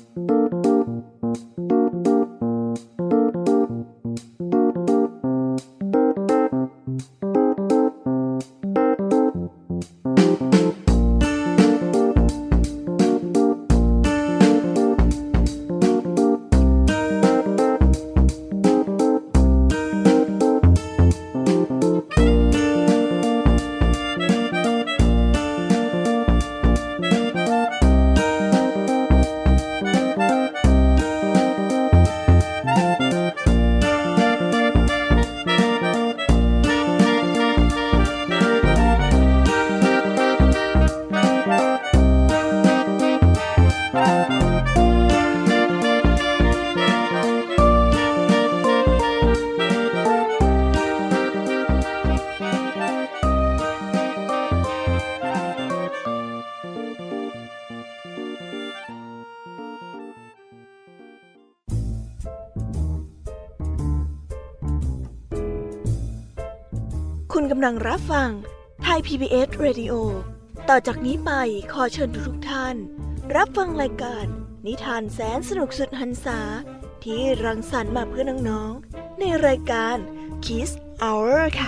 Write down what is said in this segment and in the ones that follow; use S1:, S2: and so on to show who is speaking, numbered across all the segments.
S1: คุณกำลังรับฟังไทย PBS Radio ต่อจากนี้ไปขอเชิญทุกท่านรับฟังรายการนิทานแสนสนุกสุดหรรษาที่รังสรรค์มาเพื่อน้องๆในรายการ Kids Hour ค่ะ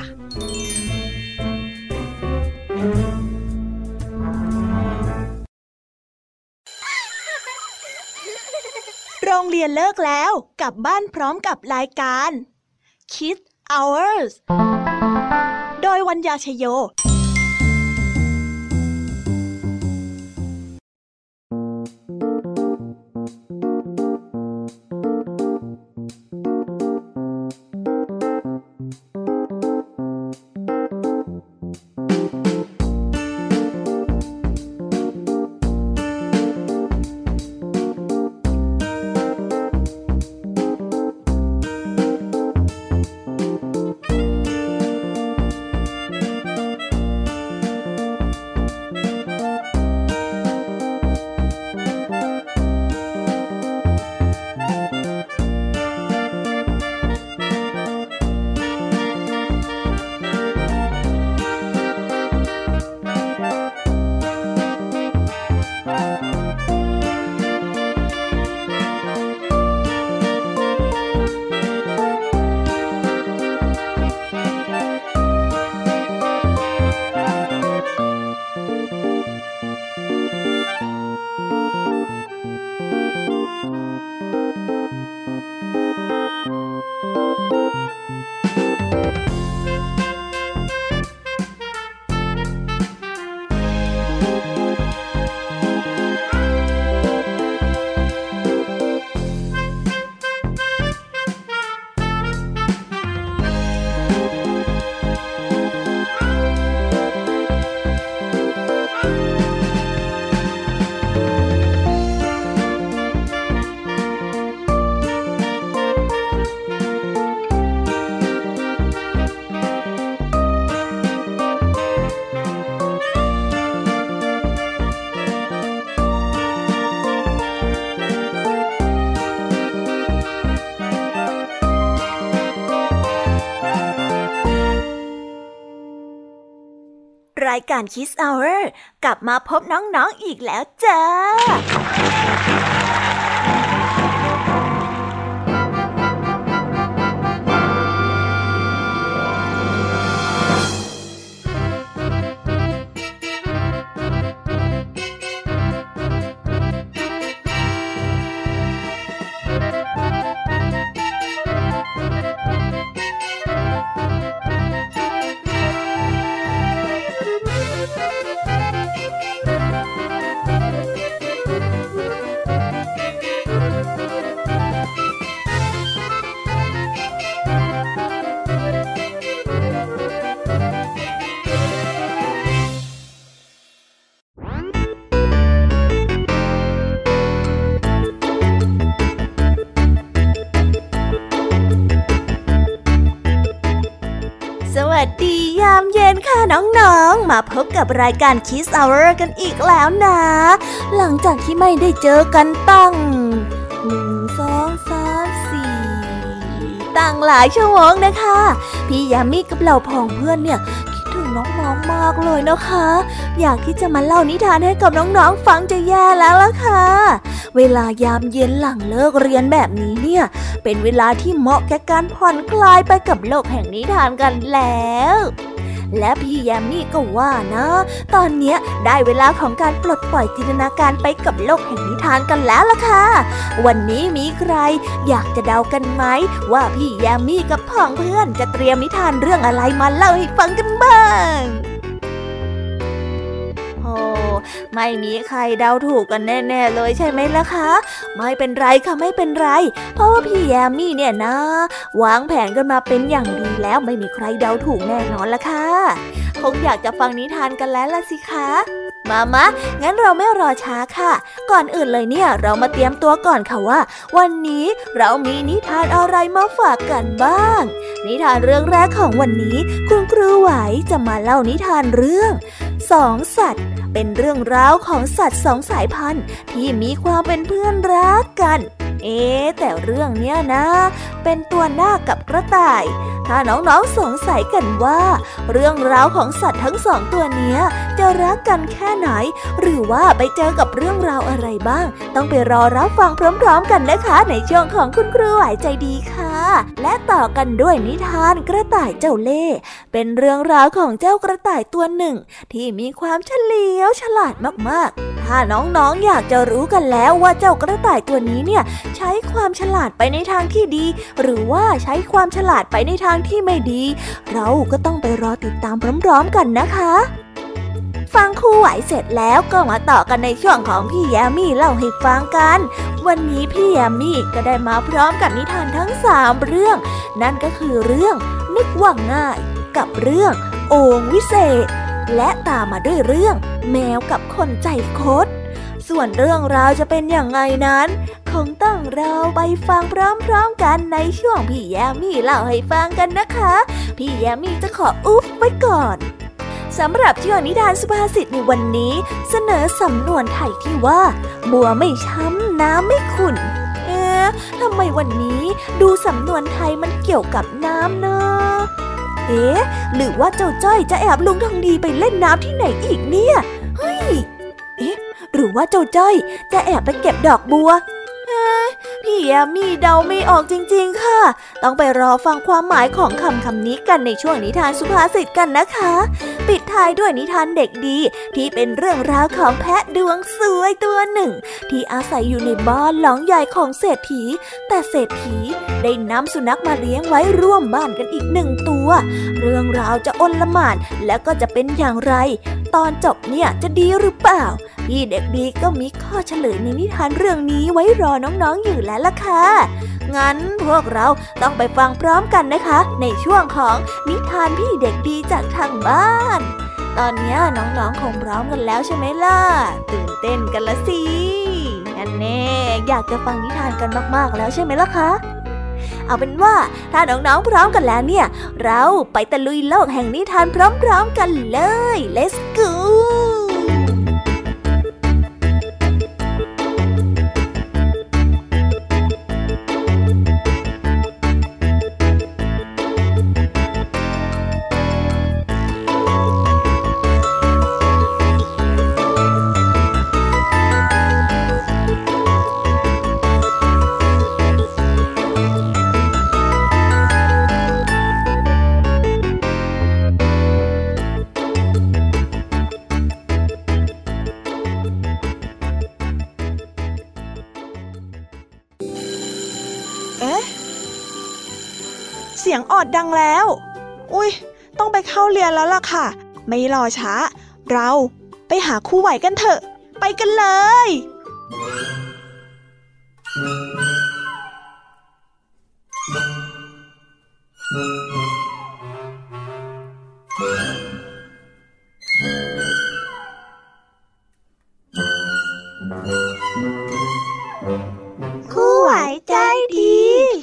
S1: โรงเรียนเลิกแล้วกลับบ้านพร้อมกับรายการ Kids Hours โดยวัญญาชโยรายการ Kids Hour กลับมาพบน้องๆอีกแล้วจ้ายามเย็นค่ะน้องๆมาพบกับรายการ Kids Hour กันอีกแล้วนะหลังจากที่ไม่ได้เจอกันตั้ง1 2 3 4ตั้งหลายชั่วโมงนะคะพี่ยามีกับเหล่าพ้องเพื่อนเนี่ยคิดถึงน้องๆมากเลยนะคะอยากที่จะมาเล่านิทานให้กับน้องๆฟังจะแย่แล้วล่ะค่ะเวลายามเย็นหลังเลิกเรียนแบบนี้เนี่ยเป็นเวลาที่เหมาะแก่การผ่อนคลายไปกับโลกแห่งนิทานกันแล้วและพี่แยมมี่ก็ว่านะตอนเนี้ยได้เวลาของการปลดปล่อยจินตนาการไปกับโลกแห่งนิทานกันแล้วล่ะค่ะวันนี้มีใครอยากจะเดากันไหมว่าพี่แยมมี่กับพ้องเพื่อนจะเตรียมนิทานเรื่องอะไรมาเล่าให้ฟังกันบ้างไม่มีใครเดาถูกกันแน่ๆเลยใช่ไหมล่ะคะไม่เป็นไรค่ะไม่เป็นไรเพราะว่าพี่แยมมี่เนี่ยนะวางแผนกันมาเป็นอย่างดีแล้วไม่มีใครเดาถูกแน่นอนล่ะค่ะคงอยากจะฟังนิทานกันแล้วล่ะสิคะมางั้นเราไม่รอช้าค่ะก่อนอื่นเลยเนี่ยเรามาเตรียมตัวก่อนค่ะว่าวันนี้เรามีนิทานอะไรมาฝากกันบ้างนิทานเรื่องแรกของวันนี้คุณครูไหวจะมาเล่านิทานเรื่องสองสัตว์เป็นเรื่องราวของสัตว์สองสายพันธุ์ที่มีความเป็นเพื่อนรักกันแต่เรื่องเนี้ยนะเป็นตัวนาคกับกระต่ายถ้าน้องๆสงสัยกันว่าเรื่องราวของสัตว์ทั้งสองตัวเนี้ยจะรักกันแค่ไหนหรือว่าไปเจอกับเรื่องราวอะไรบ้างต้องไปรอรับฟังพร้อมๆกันนะคะในช่วงของคุณครูไหวใจดีค่ะและต่อกันด้วยนิทานกระต่ายเจ้าเล่ห์เป็นเรื่องราวของเจ้ากระต่ายตัวหนึ่งที่มีความเฉลียวฉลาดมากๆถ้าน้องๆอยากจะรู้กันแล้วว่าเจ้ากระต่ายตัวนี้เนี่ยใช้ความฉลาดไปในทางที่ดีหรือว่าใช้ความฉลาดไปในทางที่ไม่ดีเราก็ต้องไปรอติดตามพร้อมๆกันนะคะฟังครูไหวเสร็จแล้วก็มาต่อกันในช่วงของพี่แยมมี่เล่าให้ฟังกันวันนี้พี่แยมมี่ก็ได้มาพร้อมกับนิทานทั้ง3เรื่องนั่นก็คือเรื่องนึกว่าง่ายกับเรื่องโอ่งวิเศษและตามมาด้วยเรื่องแมวกับคนใจคดส่วนเรื่องราวจะเป็นอย่างไรนั้นคงต้องเราไปฟังพร้อมๆกันในช่วงพี่แยมมี่เล่าให้ฟังกันนะคะพี่แยมมี่จะขออุ๊บไว้ก่อนสำหรับช่วงนิทานสุภาษิตในวันนี้เสนอสำนวนไทยที่ว่าบัวไม่ช้ำน้ำไม่ขุ่นทำไมวันนี้ดูสำนวนไทยมันเกี่ยวกับน้ำนะหรือว่าเจ้าจ้อยจะแอบลุงทองดีไปเล่นน้ำที่ไหนอีกเนี่ยเฮ้ยหรือว่าเจ้าจ้อยจะแอบไปเก็บดอกบัวพี่แยมมี่เดาไม่ออกจริงๆค่ะต้องไปรอฟังความหมายของคำนี้กันในช่วงนิทานสุภาษิตกันนะคะปิดท้ายด้วยนิทานเด็กดีที่เป็นเรื่องราวของแพะดวงสวยตัวหนึ่งที่อาศัยอยู่ในบ้านหลังใหญ่ของเศรษฐีแต่เศรษฐีได้นำสุนัขมาเลี้ยงไว้ร่วมบ้านกันอีก1ตัวเรื่องราวจะอลหม่านและก็จะเป็นอย่างไรตอนจบเนี่ยจะดีหรือเปล่าพี่เด็กดีก็มีข้อเฉลยในนิทานเรื่องนี้ไว้รอน้องๆอยู่แล้วล่ะค่ะงั้นพวกเราต้องไปฟังพร้อมกันนะคะในช่วงของนิทานพี่เด็กดีจากทางบ้านตอนนี้น้องๆคงพร้อมกันแล้วใช่ไหมล่ะตื่นเต้นกันละสิงั้นแน่อยากจะฟังนิทานกันมากๆแล้วใช่ไหมล่ะคะเอาเป็นว่าถ้าน้องๆพร้อมกันแล้วเนี่ยเราไปตะลุยโลกแห่งนิทานพร้อมๆกันเลย Let's go
S2: เสียงออดดังแล้วอุ๊ยต้องไปเข้าเรียนแล้วล่ะค่ะไม่รอช้าเราไปหาครูไหวกันเถอะไปกันเลย
S1: ครูไหวใจดี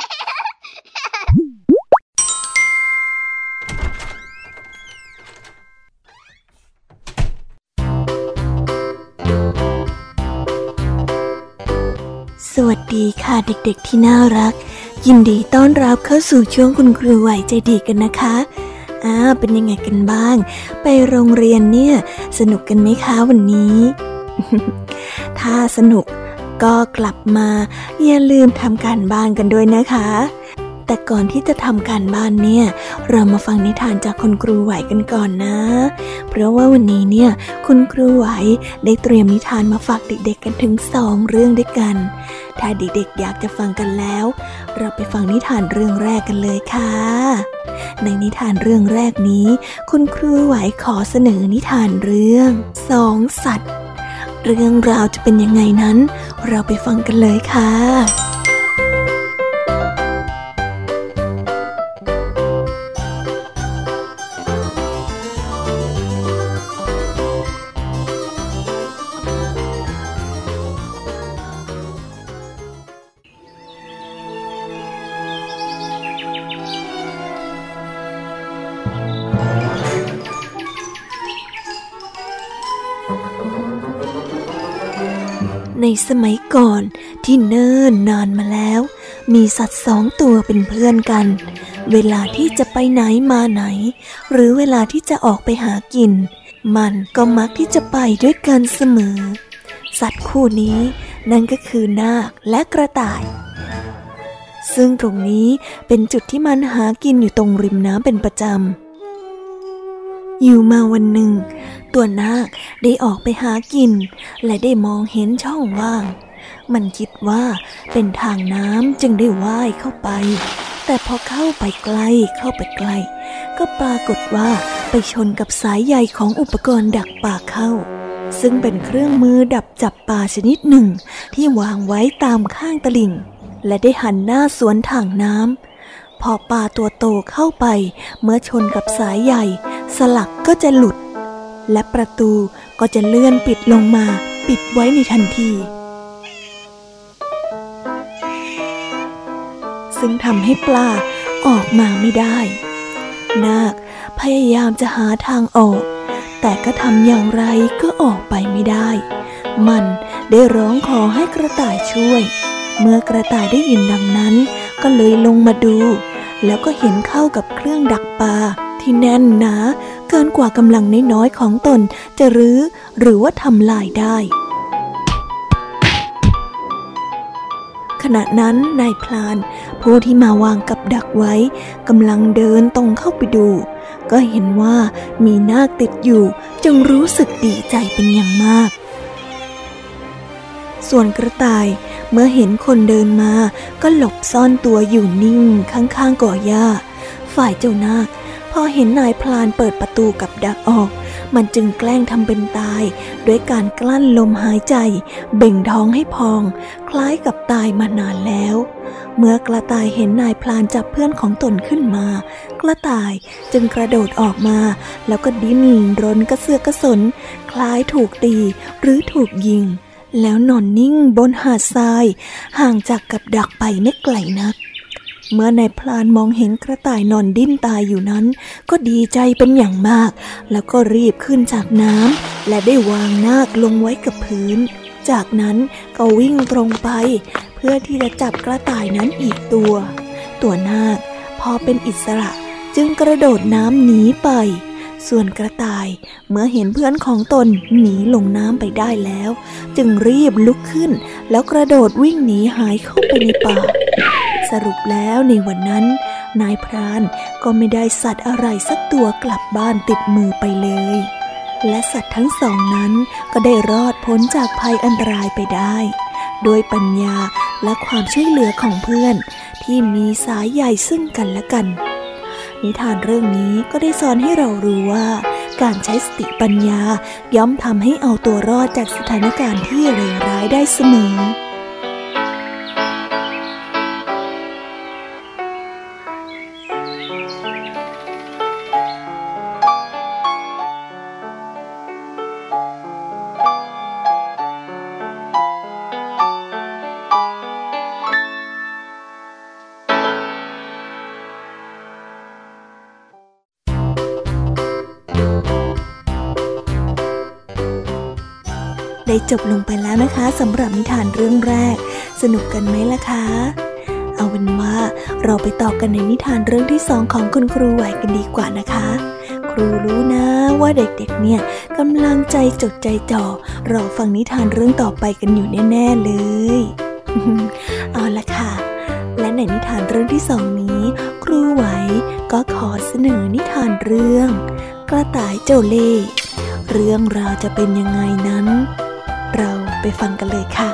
S1: สวัสดีค่ะเด็กๆที่น่ารักยินดีต้อนรับเข้าสู่ช่วงคุณครูไหวใจดีกันนะคะเป็นยังไงกันบ้างไปโรงเรียนเนี่ยสนุกกันไหมคะวันนี้ ถ้าสนุกก็กลับมาอย่าลืมทำการบ้านกันด้วยนะคะแต่ก่อนที่จะทำการบ้านเนี่ยเรามาฟังนิทานจากคุณครูไหวกันก่อนนะเพราะว่าวันนี้เนี่ยคุณครูไหวได้เตรียมนิทานมาฝากเด็กๆกันถึง2เรื่องด้วยกันถ้าเด็กๆอยากจะฟังกันแล้วเราไปฟังนิทานเรื่องแรกกันเลยค่ะในนิทานเรื่องแรกนี้คุณครูไหวขอเสนอนิทานเรื่อง2สัตว์เรื่องราวจะเป็นยังไงนั้นเราไปฟังกันเลยค่ะในสมัยก่อนที่เนิ่นนานมาแล้วมีสัตว์2 ตัวเป็นเพื่อนกันเวลาที่จะไปไหนมาไหนหรือเวลาที่จะออกไปหากินมันก็มักที่จะไปด้วยกันเสมอสัตว์คู่นี้นั่นก็คือนาคและกระต่ายซึ่งตรงนี้เป็นจุดที่มันหากินอยู่ตรงริมน้ำเป็นประจำอยู่มาวันหนึ่งตัวนาคได้ออกไปหากินและได้มองเห็นช่องว่างมันคิดว่าเป็นทางน้ำจึงได้ว่ายเข้าไปแต่พอเข้าไปใกล้ก็ปรากฏว่าไปชนกับสายใยของอุปกรณ์ดักปลาเข้าซึ่งเป็นเครื่องมือดักจับปลาชนิดหนึ่งที่วางไว้ตามข้างตลิ่งและได้หันหน้าสวนทางน้ำพอปลาตัวโตเข้าไปเมื่อชนกับสายใยสลักก็จะหลุดและประตูก็จะเลื่อนปิดลงมาปิดไว้ในทันทีซึ่งทำให้ปลาออกมาไม่ได้นาคพยายามจะหาทางออกแต่ก็ทำอย่างไรก็ออกไปไม่ได้มันได้ร้องขอให้กระต่ายช่วยเมื่อกระต่ายได้ยินดังนั้นก็เลยลงมาดูแล้วก็เห็นเข้ากับเครื่องดักปลาที่แน่นหนาเกินกว่ากำลังน้อยๆของตนจะรื้อหรือว่าทำลายได้ขณะนั้นนายพลานผู้ที่มาวางกับดักไว้กำลังเดินตรงเข้าไปดูก็เห็นว่ามีนาคติดอยู่จึงรู้สึกดีใจเป็นอย่างมากส่วนกระต่ายเมื่อเห็นคนเดินมาก็หลบซ่อนตัวอยู่นิ่งข้างๆก่อหญ้าฝ่ายเจ้านาคพอเห็นนายพลานเปิดประตูกับดักออกมันจึงแกล้งทำเป็นตายด้วยการกลั้นลมหายใจเบ่งท้องให้พองคล้ายกับตายมานานแล้วเมื่อกระต่ายเห็นนายพลานจับเพื่อนของตนขึ้นมากระต่ายจึงกระโดดออกมาแล้วก็ดิ้นรนกระเสือกกระสนคล้ายถูกตีหรือถูกยิงแล้วนอนนิ่งบนหาดทรายห่างจากกับดักไปไม่ไกลนักเมื่อนายพลานมองเห็นกระต่ายนอนดิ้นตายอยู่นั้นก็ดีใจเป็นอย่างมากแล้วก็รีบขึ้นจากน้ำและได้วางนาคลงไว้กับพื้นจากนั้นก็วิ่งตรงไปเพื่อที่จะจับกระต่ายนั้นอีกตัวนาคพอเป็นอิสระจึงกระโดดน้ำหนีไปส่วนกระต่ายเมื่อเห็นเพื่อนของตนหนีลงน้ำไปได้แล้วจึงรีบลุกขึ้นแล้วกระโดดวิ่งหนีหายเข้าไปในป่าสรุปแล้วในวันนั้นนายพรานก็ไม่ได้สัตว์อะไรสักตัวกลับบ้านติดมือไปเลยและสัตว์ทั้งสองนั้นก็ได้รอดพ้นจากภัยอันตรายไปได้ด้วยปัญญาและความช่วยเหลือของเพื่อนที่มีสายใยซึ่งกันและกันนิทานเรื่องนี้ก็ได้สอนให้เรารู้ว่าการใช้สติปัญญาย่อมทำให้เอาตัวรอดจากสถานการณ์ที่เลวร้ายได้เสมอ ได้จบลงไปแล้วนะคะสำหรับนิทานเรื่องแรกสนุกกันไหมล่ะคะเอาเป็นว่าเราไปต่อกันในนิทานเรื่องที่2ของคุณครูไหวกันดีกว่านะคะครูรู้นะว่าเด็กๆเนี่ยกำลังใจจดใจจ่อรอฟังนิทานเรื่องต่อไปกันอยู่แน่ๆเลย เอาละค่ะและในนิทานเรื่องที่2นี้ครูไหวก็ขอเสนอนิทานเรื่องกระต่ายเจ้าเล่ห์เรื่องราวจะเป็นยังไงนั้นเราไปฟังกันเลยค่ะ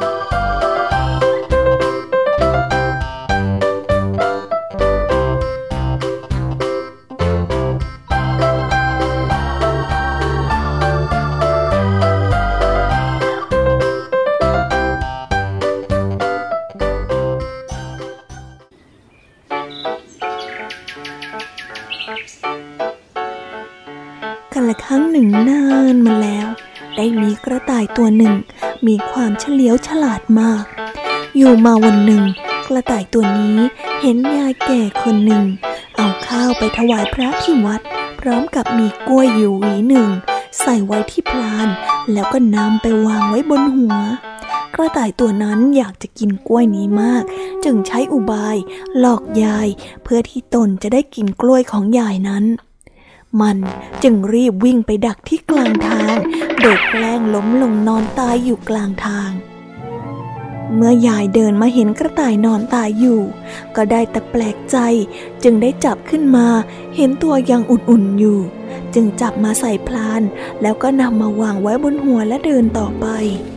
S1: กันละครั้งหนึ่งนานมาแล้วได้มีกระต่ายตัวหนึ่งมีความเฉลียวฉลาดมากอยู่มาวันหนึ่งกระต่ายตัวนี้เห็นยายแก่คนหนึ่งเอาข้าวไปถวายพระที่วัดพร้อมกับมีกล้วยอยู่หวีหนึ่งใส่ไว้ที่พลานแล้วก็นำไปวางไว้บนหัวกระต่ายตัวนั้นอยากจะกินกล้วยนี้มากจึงใช้อุบายหลอกยายเพื่อที่ตนจะได้กินกล้วยของยายนั้นมันจึงรีบวิ่งไปดักที่กลางทางโดยแกล้งล้มลงนอนตายอยู่กลางทางเมื่อยายเดินมาเห็นกระต่ายนอนตายอยู่ก็ได้แต่แปลกใจจึงได้จับขึ้นมาเห็นตัวยังอุ่นๆอยู่จึงจับมาใส่พลานแล้วก็นำมาวางไว้บนหัวและเดินต่อไป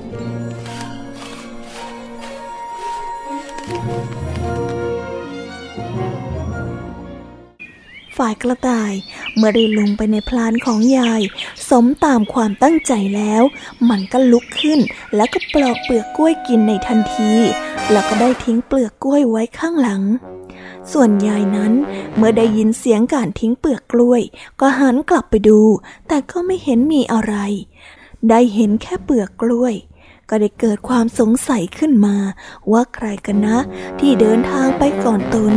S1: ฝ่ายกระต่ายเมื่อได้ลงไปในพลานของยายสมตามความตั้งใจแล้วมันก็ลุกขึ้นแล้วก็ปลอกเปลือกกล้วยกินในทันทีแล้วก็ได้ทิ้งเปลือกกล้วยไว้ข้างหลังส่วนยายนั้นเมื่อได้ยินเสียงการทิ้งเปลือกกล้วยก็หันกลับไปดูแต่ก็ไม่เห็นมีอะไรได้เห็นแค่เปลือกกล้วยก็ได้เกิดความสงสัยขึ้นมาว่าใครกันนะที่เดินทางไปก่อนตน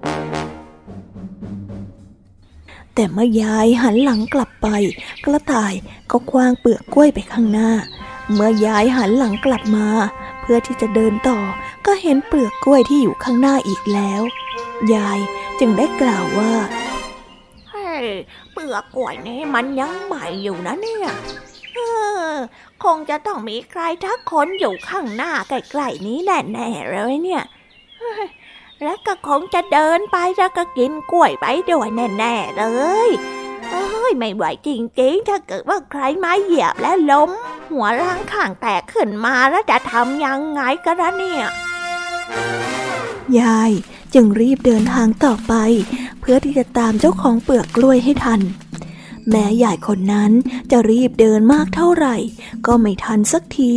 S1: แต่เมื่อยายหันหลังกลับไปกระต่ายก็ขว้างเปลือกกล้วยไปข้างหน้าเมื่อยายหันหลังกลับมาเพื่อที่จะเดินต่อก็เห็นเปลือกกล้วยที่อยู่ข้างหน้าอีกแล้วยายจึงได้กล่าวว่าเฮ้ยเปลือกกล้วยนี่มันยังใหม่อยู่นะเนี่ยคงจะต้องมีใครทักคนอยู่ข้างหน้าใกล้ๆนี้แน่ๆเลยเนี่ยแล้วก็คงจะเดินไปแล้วก็กินกล้วยไปด้วยแน่ๆเลยไม่ไหวจริงๆถ้าเกิดว่าใครมาเหยียบและล้มหัวร่างข้างแตกขึ้นมาแล้วจะทำยังไงกันล่ะเนี่ยยายจึงรีบเดินทางต่อไปเพื่อที่จะตามเจ้าของเปลือกกล้วยให้ทันแม้ยายคนนั้นจะรีบเดินมากเท่าไหร่ก็ไม่ทันสักที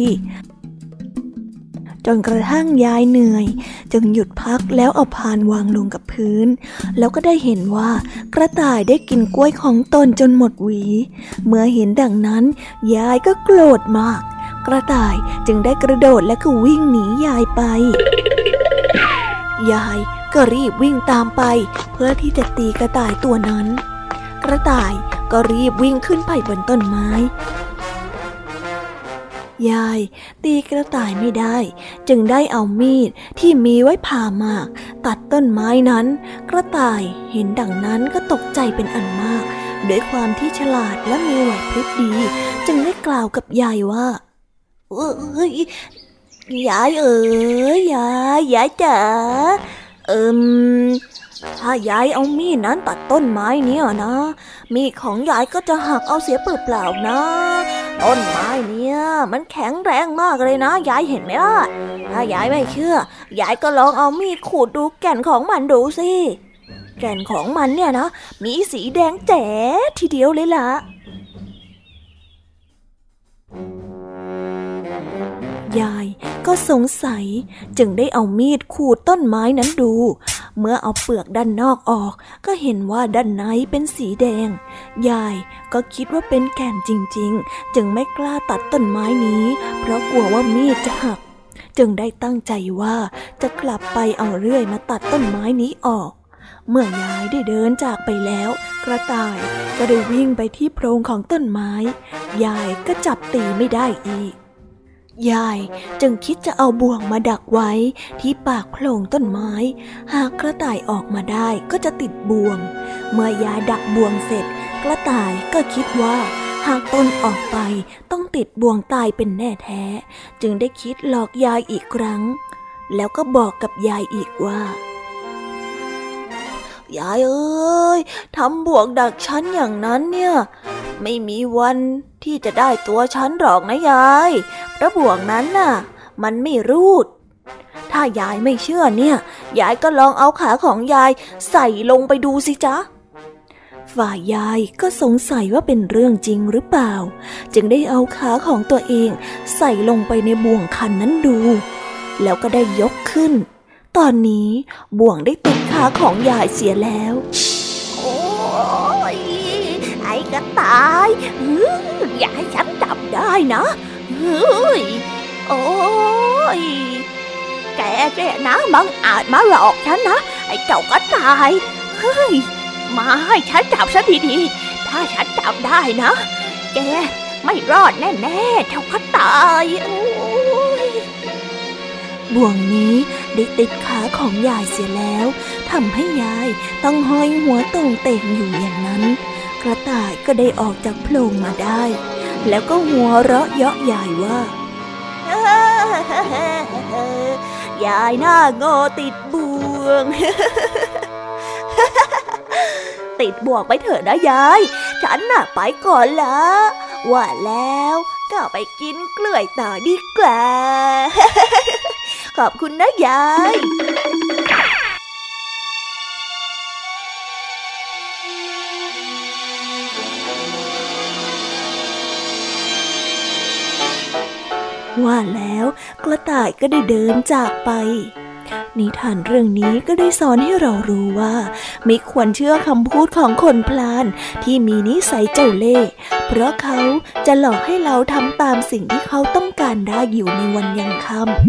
S1: จนกระทั่งยายเหนื่อยจึงหยุดพักแล้วเอาพานวางลงกับพื้นแล้วก็ได้เห็นว่ากระต่ายได้กินกล้วยของตนจนหมดหวีเมื่อเห็นดังนั้นยายก็โกรธมากกระต่ายจึงได้กระโดดและก็วิ่งหนียายไปยายก็รีบวิ่งตามไปเพื่อที่จะตีกระต่ายตัวนั้นกระต่ายก็รีบวิ่งขึ้นไปบนต้นไม้ยายตีกระต่ายไม่ได้จึงได้เอามีดที่มีไว้ผ่าหมากตัดต้นไม้นั้นกระต่ายเห็นดังนั้นก็ตกใจเป็นอันมากด้วยความที่ฉลาดและมีไหวพริบดีจึงได้กล่าวกับยายว่ายายยายจ๋าถ้ายายเอามีดนั้นตัดต้นไม้เนี่ยนะมีดของยายก็จะหักเอาเสียเปล่าๆนะต้นไม้เนี่ยมันแข็งแรงมากเลยนะยายเห็นไหมล่ะถ้ายายไม่เชื่อยายก็ลองเอามีดขูดดูแก่นของมันดูสิแก่นของมันเนี่ยนะมีสีแดงแจ๋ทีเดียวเลยล่ะยายก็สงสัยจึงได้เอามีดขูดต้นไม้นั้นดูเมื่อเอาเปลือกด้านนอกออกก็เห็นว่าด้านในเป็นสีแดงยายก็คิดว่าเป็นแก่นจริงๆจึงไม่กล้าตัดต้นไม้นี้เพราะกลัวว่ามีดจะหักจึงได้ตั้งใจว่าจะกลับไปเอาเลื่อยมาตัดต้นไม้นี้ออกเมื่อยายได้เดินจากไปแล้วกระต่ายก็ได้วิ่งไปที่โพรงของต้นไม้ยายก็จับตีไม่ได้อีกยายจึงคิดจะเอาบ่วงมาดักไว้ที่ปากโพรงต้นไม้หากกระต่ายออกมาได้ก็จะติดบ่วงเมื่อยายดักบ่วงเสร็จกระต่ายก็คิดว่าหากตนออกไปต้องติดบ่วงตายเป็นแน่แท้จึงได้คิดหลอกยายอีกครั้งแล้วก็บอกกับยายอีกว่ายายเอ้ยทำบ่วงดักฉันอย่างนั้นเนี่ยไม่มีวันที่จะได้ตัวฉันหรอกนะยายเพราะบ่วงนั้นน่ะมันไม่รูดถ้ายายไม่เชื่อเนี่ยยายก็ลองเอาขาของยายใส่ลงไปดูสิจ๊ะฝ่ายยายก็สงสัยว่าเป็นเรื่องจริงหรือเปล่าจึงได้เอาขาของตัวเองใส่ลงไปในบ่วงคันนั้นดูแล้วก็ได้ยกขึ้นตอนนี้บ่วงได้ติดขาของยายเสียแล้วโอ้ยไอ้กระต่ายอย่าให้ฉันจับได้นะเฮ้ยโอ้ยแกนะบังอาจมาหลอกฉันนะไอ้เจ้ากระต่ายเฮ้ยมาให้ฉันจับซะดีๆถ้าฉันจับได้นะแกไม่รอดแน่ๆเจ้ากระต่ายโอ้ยบ่วงนี้ได้ติดขาของยายเสียแล้วทำให้ยายต้องห้อยหัวโต่งเต่งอยู่อย่างนั้นกระต่ายก็ได้ออกจากโพรงมาได้แล้วก็หัวเราะเยาะยายว่ายายหน้าโง่ติดบ่วง ติดบ่วงไปเถอะนะยายฉันน่ะไปก่อนละว่าแล้วก็ไปกินกล้วยต่อดีกว่า ขอบคุณนะยายว่าแล้วกระต่ายก็ได้เดินจากไปนิทานเรื่องนี้ก็ได้สอนให้เรารู้ว่าไม่ควรเชื่อคำพูดของคนพลานที่มีนิสัยเจ้าเล่ห์เพราะเขาจะหลอกให้เราทำตามสิ่งที่เขาต้องการได้อยู่ในวันยังค่ำ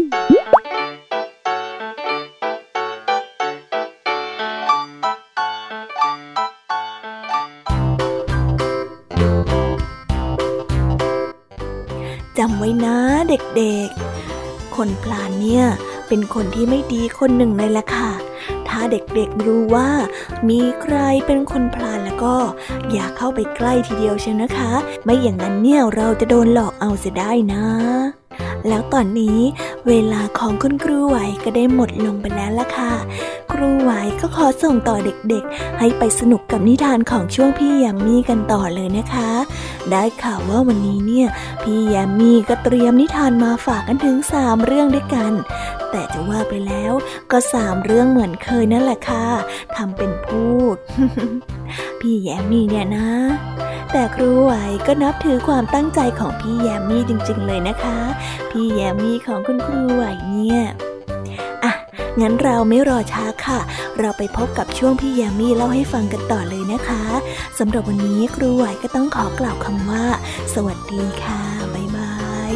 S1: จำไว้นะเด็กๆคนพลานเนี่ยเป็นคนที่ไม่ดีคนหนึ่งเลยล่ะค่ะถ้าเด็กๆรู้ว่ามีใครเป็นคนพลานแล้วก็อย่าเข้าไปใกล้ทีเดียวเชียวนะคะไม่อย่างนั้นเนี่ยเราจะโดนหลอกเอาเสียได้นะแล้วตอนนี้เวลาของคุณครูไหวก็ได้หมดลงไปแล้วล่ะค่ะครูไหวก็ขอส่งต่อเด็กๆให้ไปสนุกกับนิทานของช่วงพี่แยมมี่กันต่อเลยนะคะได้ข่าวว่าวันนี้เนี่ยพี่แยมมี่ก็เตรียมนิทานมาฝากกันถึง3เรื่องด้วยกันแต่จะว่าไปแล้วก็3เรื่องเหมือนเคยนั่นแหละค่ะทำเป็นพูด พี่แยมมี่เนี่ยนะแต่ครูไหวก็นับถือความตั้งใจของพี่แยมมี่จริงๆเลยนะคะพี่แยมมี่ของคุณครูไหวเนี่ยอ่ะงั้นเราไม่รอช้าค่ะเราไปพบกับช่วงพี่แยมมี่เล่าให้ฟังกันต่อเลยนะคะสำหรับวันนี้ครูไหวก็ต้องขอกล่าวคำว่าสวัสดีค่ะบ๊ายบาย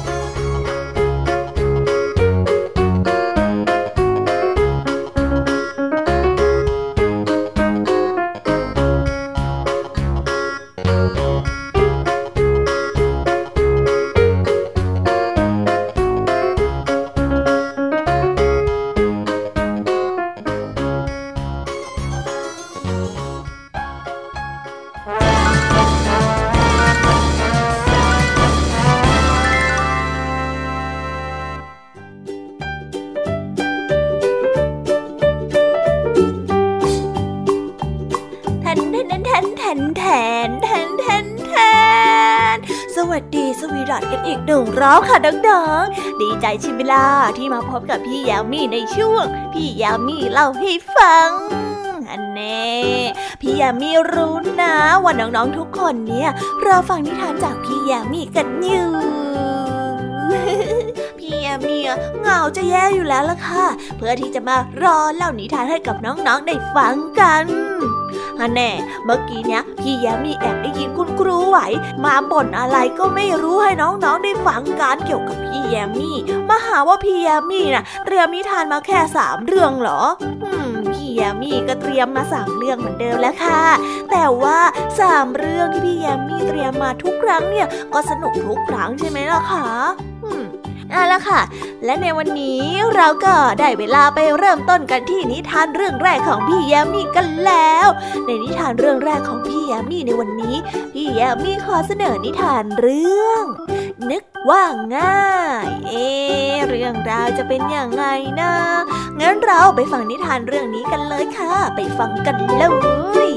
S1: กันอีก1 รอบค่ะน้องๆดีใจชิมิล่าที่มาพบกับพี่ยามีในช่วงพี่ยามีเล่าให้ฟังอันแน่พี่ยามีรู้นะว่าน้องๆทุกคนเนี่ยรอฟังนิทานจากพี่ยามีกันอยู่ พี่ยามีเหงาจะแย่อยู่แล้วล่ะค่ะเพื่อที่จะมารอเล่านิทานให้กับน้องๆได้ฟังกันอันแน่เมื่อกี้เนี้ยพี่ยามีแอบได้ยินคุณครูไหวมาบ่นอะไรก็ไม่รู้ให้น้องๆได้ฟังกันเกี่ยวกับพี่ยามีมาหาว่าพี่ยามีน่ะเตรียมนิทานมาแค่3เรื่องเหรอพี่ยามีก็เตรียมมา3เรื่องเหมือนเดิมแล้วค่ะแต่ว่า3เรื่องที่พี่ยามีเตรียมมาทุกครั้งเนี่ยก็สนุกทุกครั้งใช่ไหมล่ะคะ
S3: เอาล่ะค่ะและในวันนี้เราก็ได้เวลาไปเริ่มต้นกันที่นิทานเรื่องแรกของพี่แยมมี่กันแล้วในนิทานเรื่องแรกของพี่แยมมี่ในวันนี้พี่แยมมี่ขอเสนอนิทานเรื่องนึกว่าง่ายเรื่องราวจะเป็นยังไงนะงั้นเราไปฟังนิทานเรื่องนี้กันเลยค่ะไปฟังกันเลย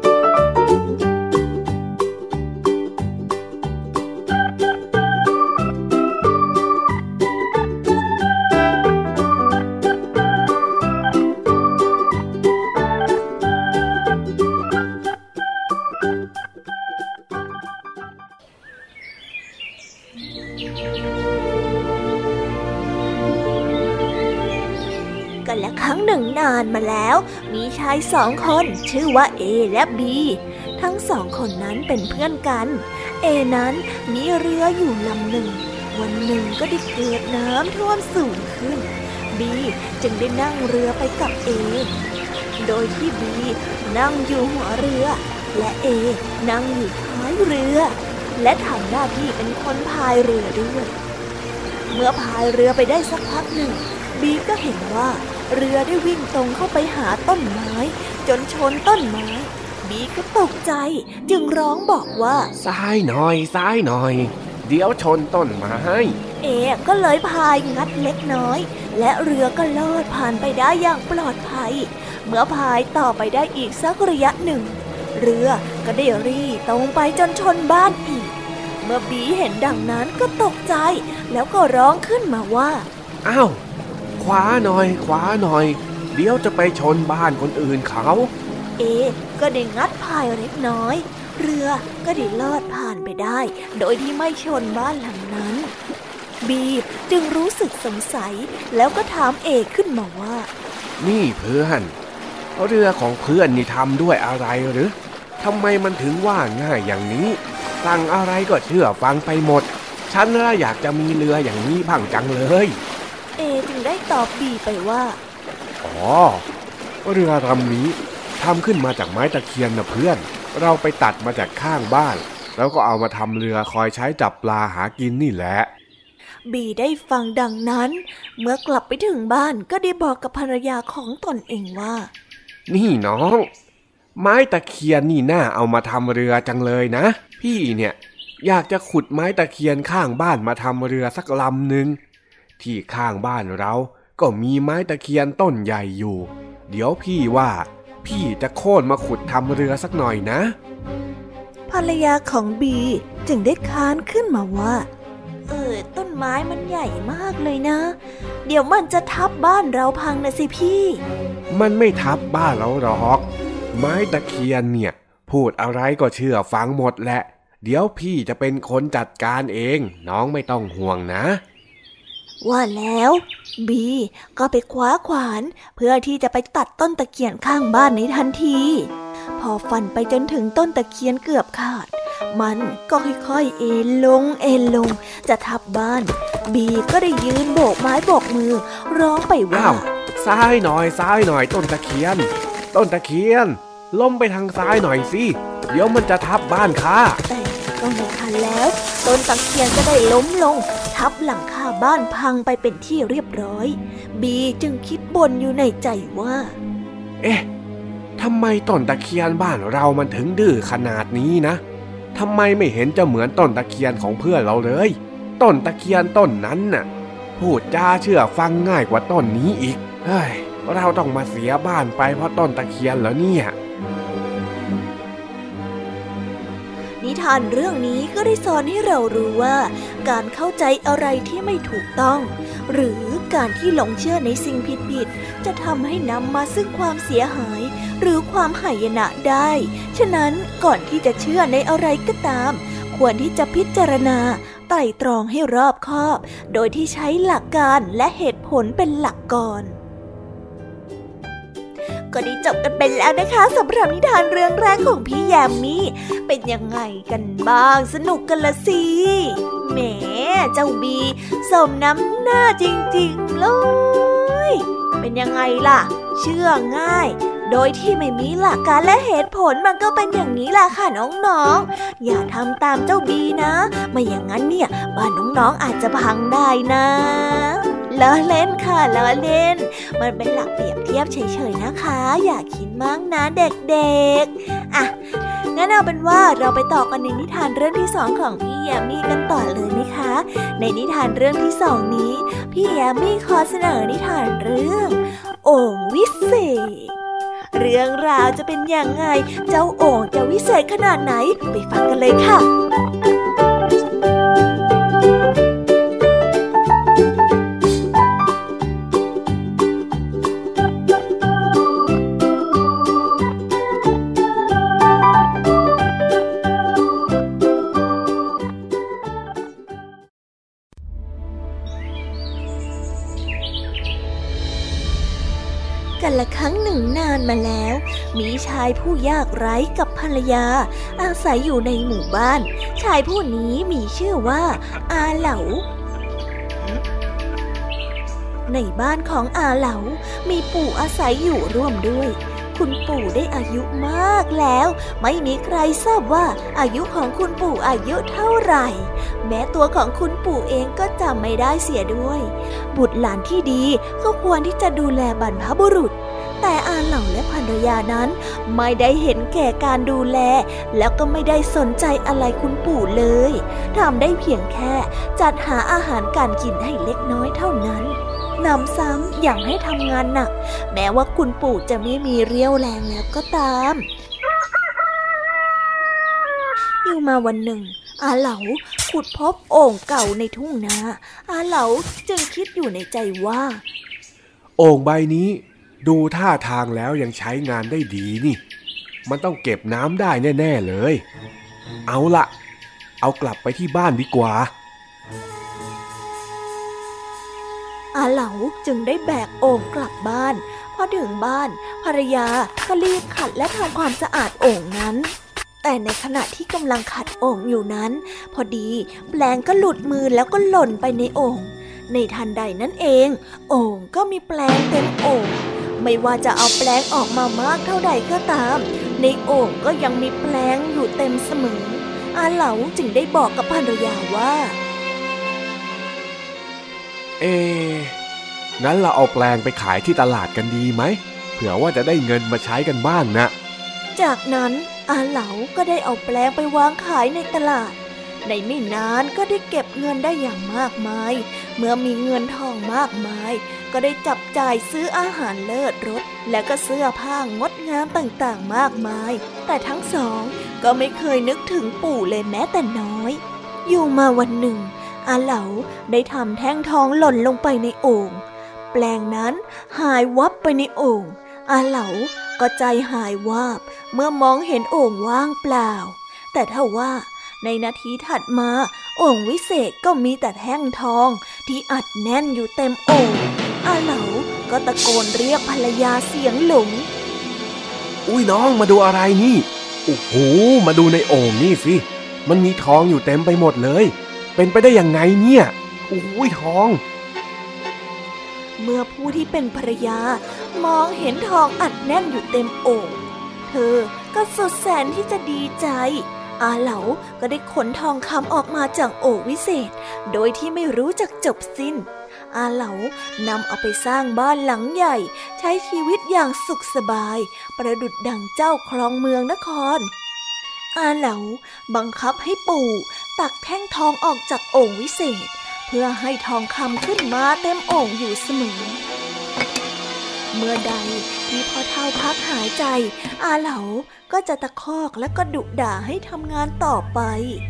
S3: และครั้งหนึ่งนานมาแล้วมีชายสองคนชื่อว่าเอและบีทั้งสองคนนั้นเป็นเพื่อนกันเอนั้นมีเรืออยู่ลำหนึ่งวันหนึ่งก็ได้เกิดน้ำท่วมสูงขึ้นบีจึงได้นั่งเรือไปกับเอโดยที่บีนั่งอยู่หัวเรือและเอนั่งอยู่ท้ายเรือและทำหน้าที่เป็นคนพายเรือด้วยเมื่อพายเรือไปได้สักพักหนึ่งบีก็เห็นว่าเรือได้วิ่งตรงเข้าไปหาต้นไม้จนชนต้นไม้บีก็ตกใจจึงร้องบอกว่า
S4: ซ้ายหน่อยซ้ายหน่อยเดี๋ยวชนต้นไม้
S3: เอก็เลยพายงัดเล็กน้อยและเรือก็ลอดผ่านไปได้อย่างปลอดภัยเมื่อพายต่อไปได้อีกสักระยะหนึ่งเรือก็ได้รี่ตรงไปจนชนบ้านอีกเมื่อบีเห็นดังนั้นก็ตกใจแล้วก็ร้องขึ้นมาว่า
S4: อ้าวขวาหน่อยขวาหน่อยเดี๋ยวจะไปชนบ้านคนอื่นเขา
S3: เอก็ได้งัดพายเล็กน้อยเรือก็ได้ลอดผ่านไปได้โดยที่ไม่ชนบ้านหลังนั้นบีจึงรู้สึกสงสัยแล้วก็ถามเอขึ้นมาว่า
S4: นี่เพื่อนเรือของเพื่อนนี่ทำด้วยอะไรหรือทำไมมันถึงว่าง่ายอย่างนี้สั่งอะไรก็เชื่อฟังไปหมดฉันน่ะอยากจะมีเรืออย่างนี้บ้างจังเลย
S3: เอจึงได้ตอบบีไปว่า
S4: อ๋อเรือลำนี้ทำขึ้นมาจากไม้ตะเคียนนะเพื่อนเราไปตัดมาจากข้างบ้านแล้วก็เอามาทำเรือคอยใช้จับปลาหากินนี่แหละ
S3: บีได้ฟังดังนั้นเมื่อกลับไปถึงบ้านก็ได้บอกกับภรรยาของตนเองว่า
S4: นี่น้องไม้ตะเคียนนี่น่าเอามาทำเรือจังเลยนะพี่เนี่ยอยากจะขุดไม้ตะเคียนข้างบ้านมาทำเรือสักลำหนึ่งที่ข้างบ้านเราก็มีไม้ตะเคียนต้นใหญ่อยู่เดี๋ยวพี่ว่าพี่จะโค่นมาขุดทำเรือสักหน่อยนะ
S3: ภรรยาของบีจึงได้ค้านขึ้นมาว่าต้นไม้มันใหญ่มากเลยนะเดี๋ยวมันจะทับบ้านเราพังนะสิพี่
S4: มันไม่ทับบ้านเราหรอกไม้ตะเคียนเนี่ยพูดอะไรก็เชื่อฟังหมดแหละเดี๋ยวพี่จะเป็นคนจัดการเองน้องไม่ต้องห่วงนะ
S3: ว่าแล้วบีก็ไปคว้าขวานเพื่อที่จะไปตัดต้นตะเคียนข้างบ้านในทันทีพอฟันไปจนถึงต้นตะเคียนเกือบขาดมันก็ค่อยๆเอ็นลงจะทับบ้านบีก็ได้ยืนโบกไม้โบกมือร้องไปว่า
S4: ซ้ายหน่อยซ้ายหน่อยต้นตะเคียนล้มไปทางซ้ายหน่อยสิเดี๋ยวมันจะทับบ้านข้า
S3: แต่ก็ไม่ทันแล้วต้นตะเคียนก็ได้ล้มลงทับหลังคาบ้านพังไปเป็นที่เรียบร้อยบีจึงคิดบ่นอยู่ในใจว่า
S4: เอ๊ะทำไมต้นตะเคียนบ้านเรามันถึงดื้อขนาดนี้นะทำไมไม่เห็นจะเหมือนต้นตะเคียนของเพื่อนเราเลยต้นตะเคียนต้นนั้นน่ะพูดจาเชื่อฟังง่ายกว่าต้นนี้อีกเฮ้ยเราต้องมาเสียบ้านไปเพราะต้นตะเคียนเหรอเนี่ย
S3: นิทานเรื่องนี้ก็ได้สอนให้เรารู้ว่าการเข้าใจอะไรที่ไม่ถูกต้องหรือการที่หลงเชื่อในสิ่งผิดๆจะทำให้นำมาซึ่งความเสียหายหรือความหายนะได้ฉะนั้นก่อนที่จะเชื่อในอะไรก็ตามควรที่จะพิจารณาไตร่ตรองให้รอบคอบโดยที่ใช้หลักการและเหตุผลเป็นหลักก่อนก็ได้จบกันไปแล้วนะคะสำหรับนิทานเรื่องแรกของพี่แยมมี่เป็นยังไงกันบ้างสนุกกันละสิแหมเจ้าบีสมน้ำหน้าจริงๆเลยเป็นยังไงล่ะเชื่อง่ายโดยที่ไม่มีหลักการและเหตุผลมันก็เป็นอย่างนี้แหละค่ะน้องๆอย่าทำตามเจ้าบีนะไม่อย่างนั้นเนี่ยบ้านน้องๆอาจจะพังได้นะล้อเล่นค่ะล้อเล่นมันเป็นหลักเปรียบเทียบเฉยๆนะคะอย่าคิดมากนะเด็กๆอ่ะงั้นเอาเป็นว่าเราไปต่อกันในนิทานเรื่องที่2ของพี่แยมมี่กันต่อเลยนะคะในนิทานเรื่องที่2นี้พี่แยมมี่ขอเสนอนิทานเรื่องโอ่งวิเศษเรื่องราวจะเป็นยังไงเจ้าโอ่งจะวิเศษขนาดไหนไปฟังกันเลยค่ะกันละครั้งหนึ่งนานมาแล้วมีชายผู้ยากไร้กับภรรยาอาศัยอยู่ในหมู่บ้านชายผู้นี้มีชื่อว่าอาเหลาในบ้านของอาเหลามีปู่อาศัยอยู่ร่วมด้วยคุณปู่ได้อายุมากแล้วไม่มีใครทราบว่าอายุของคุณปู่อายุเท่าไหร่แม้ตัวของคุณปู่เองก็จำไม่ได้เสียด้วยบุตรหลานที่ดีก็ควรที่จะดูแลบรรพบุรุษแต่อาเหล่าและภรรยานั้นไม่ได้เห็นแก่การดูแลแล้วก็ไม่ได้สนใจอะไรคุณปู่เลยทำได้เพียงแค่จัดหาอาหารการกินให้เล็กน้อยเท่านั้นนำซ้ำอย่างให้ทำงานหนักแม้ว่าคุณปู่จะไม่มีเรี่ยวแรงแล้วก็ตามอยู่มาวันหนึ่งอาเหลาขุดพบโอ่งเก่าในทุ่งนาอาเหลาจึงคิดอยู่ในใจว่า
S4: โอ่งใบนี้ดูท่าทางแล้วยังใช้งานได้ดีนี่มันต้องเก็บน้ำได้แน่ๆเลยเอาละเอากลับไปที่บ้านดีกว่า
S3: อาเหลาจึงได้แบกโอ่งกลับบ้านพอถึงบ้านภรรยาก็รีบขัดและทำความสะอาดโอ่งนั้นแต่ในขณะที่กำลังขัดโอ่งอยู่นั้นพอดีแปลงก็หลุดมือแล้วก็หล่นไปในโอ่งในทันใดนั้นเองโอ่งก็มีแปลงเต็มโอ่งไม่ว่าจะเอาแปลงออกมามากเท่าใดก็ตามในโอ่งก็ยังมีแปลงอยู่เต็มเสมออาเหลาจึงได้บอกกับภรรยาว่า
S4: งั้นเราเอาแปลงไปขายที่ตลาดกันดีไหมเผื่อว่าจะได้เงินมาใช้กันบ้างนะ
S3: จากนั้นอาเหลาก็ได้เอาแปลงไปวางขายในตลาดในไม่นานก็ได้เก็บเงินได้อย่างมากมายเมื่อมีเงินทองมากมายก็ได้จับจ่ายซื้ออาหารเลิศรสและก็เสื้อผ้างดงามต่างๆมากมายแต่ทั้งสองก็ไม่เคยนึกถึงปู่เลยแม้แต่น้อยอยู่มาวันหนึ่งอาเหลาได้ทำแท่งทองหล่นลงไปในโอ่งแปลงนั้นหายวับไปในโอ่งอาเหลาก็ใจหายวาบเมื่อมองเห็นโอ่งว่างเปล่าแต่ถ้าว่าในนาทีถัดมาโอ่งวิเศษก็มีแต่แท่งทองที่อัดแน่นอยู่เต็มโอ่งอาเหลาก็ตะโกนเรียกภรรยาเสียงหลง
S4: อุ้ยน้องมาดูอะไรนี่โอ้โหมาดูในโอ่งนี่สิมันมีทองอยู่เต็มไปหมดเลยเป็นไปได้ยังไงเนี่ยโอ้ยทอง
S3: เมื่อผู้ที่เป็นภรรยามองเห็นทองอัดแน่นอยู่เต็มโอ่งเธอก็สุดแสนที่จะดีใจอาเหลาก็ได้ขนทองคำออกมาจากโอ่งวิเศษโดยที่ไม่รู้จักจบสิ้นอาเหลานำเอาไปสร้างบ้านหลังใหญ่ใช้ชีวิตอย่างสุขสบายประดุจดั่งเจ้าครองเมืองนครอาเหลาบังคับให้ปู่ตักแท่งทองออกจากโอ่งวิเศษเพื่อให้ทองคำขึ้นมาเต็มโอ่งอยู่เสมอเมื่อใดที่พ่อเฒ่าพักหายใจอาเหลาก็จะตะคอกและก็ดุด่าให้ทำงานต่อไป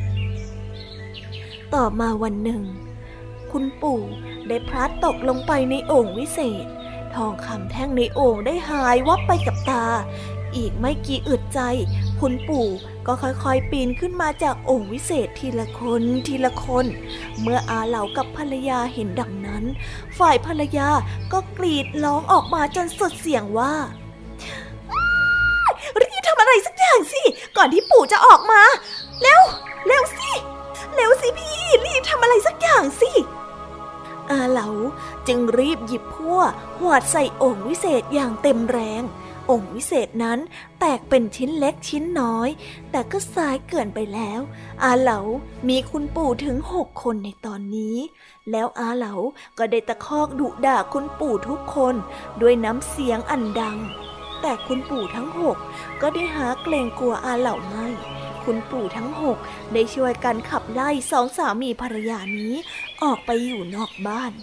S3: ต่อมาวันหนึ่งคุณปู่ได้พลัดตกลงไปในโอ่งวิเศษทองคำแท่งในโอ่งได้หายวับไปกับตาอีกไม่กี่อึดใจคุณปู่ก็ค่อยๆปีนขึ้นมาจากโอ่งวิเศษทีละคนทีละคนเมื่ออาเหลากับภรรยาเห็นดังนั้นฝ่ายภรรยาก็กรีดร้องออกมาจนสุดเสียงว่ารีบทำอะไรสักอย่างสิก่อนที่ปู่จะออกมาเร็วเร็วสิพี่รีบทำอะไรสักอย่างสิอาเหลาจึงรีบหยิบพั่วหวดใส่โอ่งวิเศษอย่างเต็มแรงองค์วิเศษนั้นแตกเป็นชิ้นเล็กชิ้นน้อยแต่ก็สายเกินไปแล้วอาเหลามีคุณปู่ถึง6 คนในตอนนี้แล้วอาเหลาก็ได้ตะคอกดุด่าคุณปู่ทุกคนด้วยน้ำเสียงอันดังแต่คุณปู่ทั้ง6ก็ได้หาเกรงกลัวอาเหลาไม่คุณปู่ทั้ง6ได้ช่วยกันขับไล่2 สามีภรรยานี้ออกไปอยู่นอกบ้าน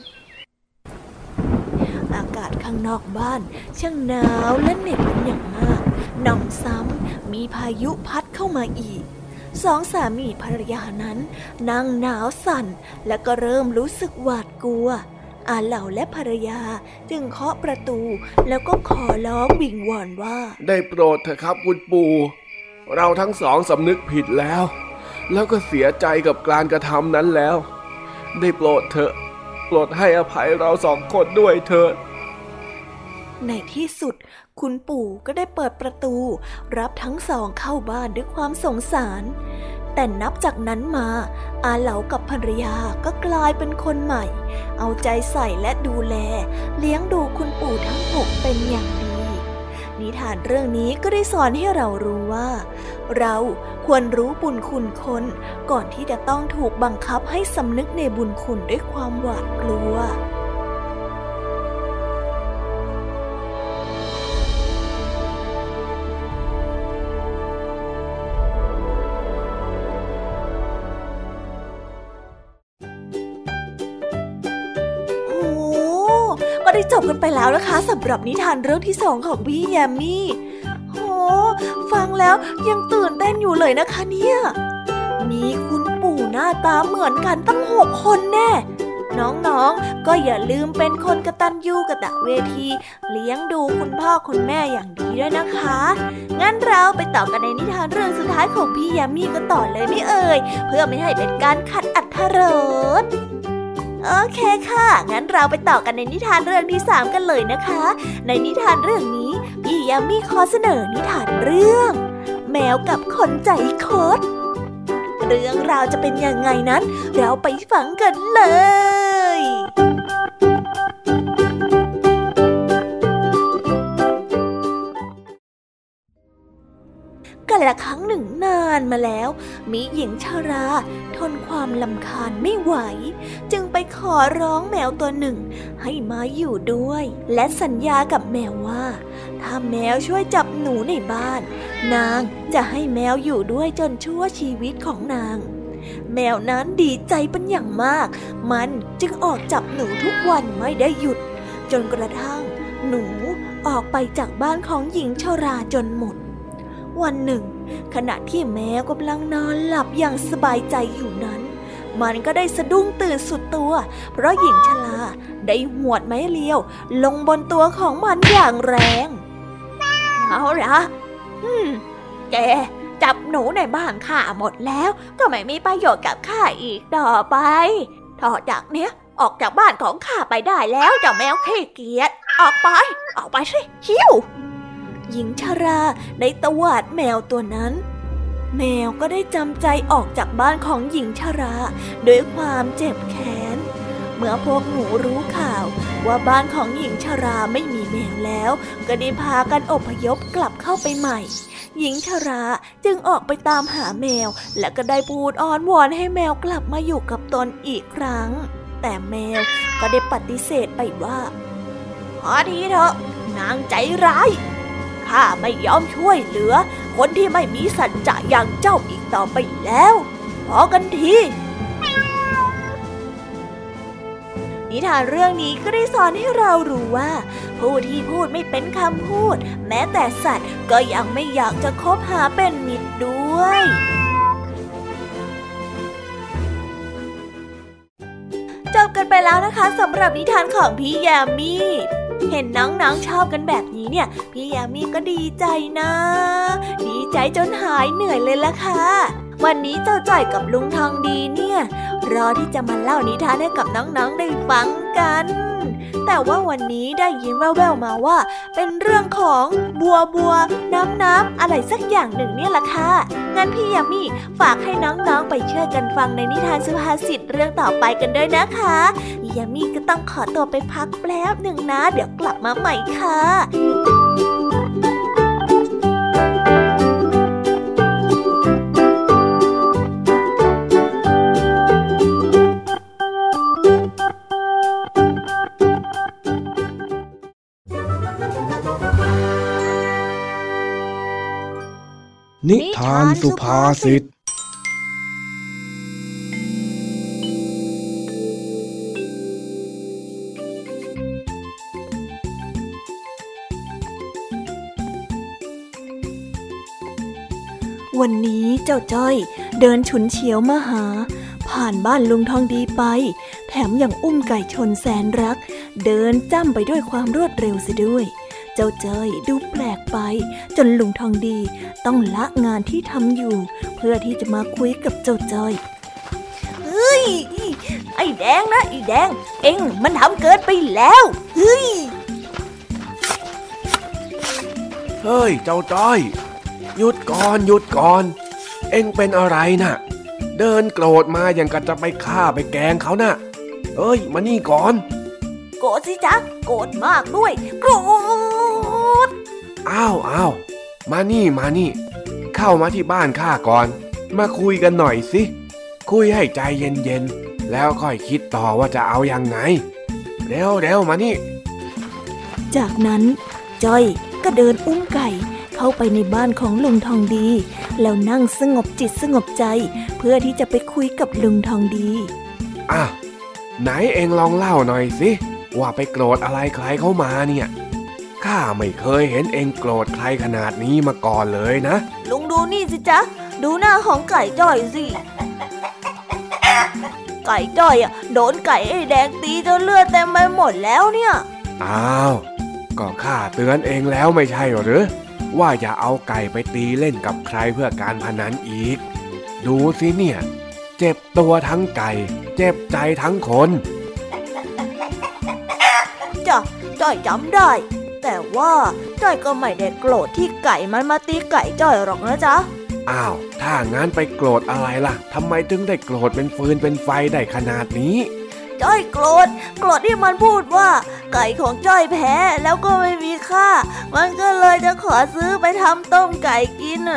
S3: อากาศข้างนอกบ้านช่างหนาวและเหน็บเป็นอย่างมากหนำซ้ำมีพายุพัดเข้ามาอีก2 สามีภรรยานั้นนั่งหนาวสั่นและก็เริ่มรู้สึกหวาดกลัวอาเหล่าและภรรยาจึงเคาะประตูแล้วก็ขอร้องวิงวอนว่า
S4: ได้โปรดเถอะครับคุณปู่เราทั้ง2สำนึกผิดแล้วก็เสียใจกับการกระทำนั้นแล้วได้โปรดเถอะโปรดให้อภัยเรา2 คนด้วยเถิด
S3: ในที่สุดคุณปู่ก็ได้เปิดประตูรับทั้ง2เข้าบ้านด้วยความสงสารแต่นับจากนั้นมาอาเหลากับภรรยาก็กลายเป็นคนใหม่เอาใจใส่และดูแลเลี้ยงดูคุณปู่ทั้ง6เป็นอย่างดีนิทานเรื่องนี้ก็ได้สอนให้เรารู้ว่าเราควรรู้บุญคุณคนก่อนที่จะต้องถูกบังคับให้สำนึกในบุญคุณด้วยความหวาดกลัวได้จบกันไปแล้วนะคะสำหรับนิทานเรื่องที่2ของพี่แยมมี่โหฟังแล้วยังตื่นเต้นอยู่เลยนะคะเนี่ยมีคุณปู่หน้าตาเหมือนกันตั้ง6 คนแน่น้องๆก็อย่าลืมเป็นคนกตัญญูกตเวทีเลี้ยงดูคุณพ่อคุณแม่อย่างดีด้วยนะคะงั้นเราไปต่อกันในนิทานเรื่องสุดท้ายของพี่แยมมี่กันต่อเลยไม่เอ่ยเพื่อไม่ให้เป็นการขัดอรรถรสโอเคค่ะงั้นเราไปต่อกันในนิทานเรื่องที่3กันเลยนะคะในนิทานเรื่องนี้พี่ยามีขอเสนอนิทานเรื่องแมวกับคนใจคดเรื่องราวจะเป็นยังไงนั้นเราไปฟังกันเลยกาลครั้งหนึ่งนานมาแล้วมีหญิงชราทนความรำคาญไม่ไหวจึงไปขอร้องแมวตัวหนึ่งให้มาอยู่ด้วยและสัญญากับแมวว่าถ้าแมวช่วยจับหนูในบ้านนางจะให้แมวอยู่ด้วยจนชั่วชีวิตของนางแมวนั้นดีใจเป็นอย่างมากมันจึงออกจับหนูทุกวันไม่ได้หยุดจนกระทั่งหนูออกไปจากบ้านของหญิงชราจนหมดวันหนึ่งขณะที่แมวกำลังนอนหลับอย่างสบายใจอยู่นั้นมันก็ได้สะดุ้งตื่นสุดตัวเพราะหญิงชราได้หวดไม้เรียวลงบนตัวของมันอย่างแรงเอาล่ะแกจับหนูในบ้านข้าหมดแล้วก็ไม่มีประโยชน์กับข้าอีกต่อไปต่อจากเนี้ยออกจากบ้านของข้าไปได้แล้วเจ้าแมวขี้เกียจออกไปสิคิ้วหญิงชราได้ตวาดแมวตัวนั้นแมวก็ได้จำใจออกจากบ้านของหญิงชราด้วยความเจ็บแค้นเมื่อพวกหนูรู้ข่าวว่าบ้านของหญิงชราไม่มีแมวแล้วก็ได้พากันอพยพกลับเข้าไปใหม่หญิงชราจึงออกไปตามหาแมวและก็ได้พูดอ้อนวอนให้แมวกลับมาอยู่กับตนอีกครั้งแต่แมวก็ได้ปฏิเสธไปว่าพอทีเถอะนางใจร้ายข้าไม่ยอมช่วยเหลือคนที่ไม่มีสัจจะอย่างเจ้าอีกต่อไปแล้วพอกันทีนิทานเรื่องนี้ก็ได้สอนให้เรารู้ว่าผู้ที่พูดไม่เป็นคำพูดแม้แต่สัตว์ก็ยังไม่อยากจะคบหาเป็นมิตรด้วยจบกันไปแล้วนะคะสำหรับนิทานของพี่ยามีเห็นน้องๆชอบกันแบบนี้เนี่ยพี่ยามีก็ดีใจนะดีใจจนหายเหนื่อยเลยล่ะค่ะวันนี้เจ้าจ้อยกับลุงทองดีเนี่ยรอที่จะมาเล่านิทานให้กับน้องๆได้ฟังกันแต่ว่าวันนี้ได้ยินแว่วๆมาว่าเป็นเรื่องของบัวน้ำอะไรสักอย่างหนึ่งเนี่ยล่ะค่ะงั้นพี่ยามีฝากให้น้องๆไปช่วยกันฟังในนิทานสุภาษิตเรื่องต่อไปกันด้วยนะคะพี่ยามีก็ต้องขอตัวไปพักแป๊บหนึ่งนะเดี๋ยวกลับมาใหม่ค่ะ
S4: นิทานสุภาษิต
S1: วันนี้เจ้าจ้อยเดินฉุนเฉียวมาหาผ่านบ้านลุงทองดีไปแถมยังอุ้มไก่ชนแสนรักเดินจ้ำไปด้วยความรวดเร็วเสียด้วยเจ้าจ้อยดูแปลกไปจนลุงทองดีต้องละงานที่ทำอยู่เพื่อที่จะมาคุยกับเจ้าจ้อย
S3: เฮ้ยไอ้แดงนะไอ้แดงเอ็งมันทำเกินไปแล้วเฮ้ย
S4: เจ้าจ้อยหยุดก่อนเอ็งเป็นอะไรน่ะเดินโกรธมาอย่างกับจะไปฆ่าไปแกล้งเขาน่ะมานี่ก่อน
S3: โกรธสิจ๊ะโกรธมากด้วยโกรธ
S4: อ้าวมานี่เข้ามาที่บ้านข้าก่อนมาคุยกันหน่อยสิคุยให้ใจเย็นๆแล้วค่อยคิดต่อว่าจะเอายังไงเร็วมานี่
S1: จากนั้นจ้อยก็เดินอุ้มไก่เข้าไปในบ้านของลุงทองดีแล้วนั่งสงบจิตสงบใจเพื่อที่จะไปคุยกับลุงทองดี
S4: ไหนเอ็งลองเล่าหน่อยสิว่าไปโกรธอะไรใครเข้ามาเนี่ยข้าไม่เคยเห็นเอ็งโกรธใครขนาดนี้มาก่อนเลยนะ
S3: ลุงดูนี่สิจ๊ะดูหน้าของไก่จ้อยสิไก่จ้อยโดนไก่ไอ้แดงตีจนเลือดเต็มไปหมดแล้วเนี่ย
S4: ก็ข้าเตือนเองแล้วไม่ใช่หรือว่าอย่าเอาไก่ไปตีเล่นกับใครเพื่อการพนันอีกดูสิเนี่ยเจ็บตัวทั้งไก่เจ็บใจทั้งคน
S3: จ้อยจำได้แต่ว่าจ้อยก็ไม่ได้โกรธที่ไก่มันมาตีไก่จ้อยหรอกนะจ๊ะ
S4: ถ้างั้นไปโกรธอะไรล่ะทำไมถึงได้โกรธเป็นฟืนเป็นไฟได้ขนาดนี้
S3: จ้อยโกรธที่มันพูดว่าไก่ของจ้อยแพ้แล้วก็ไม่มีค่ามันก็เลยจะขอซื้อไปทำต้มไก่กิน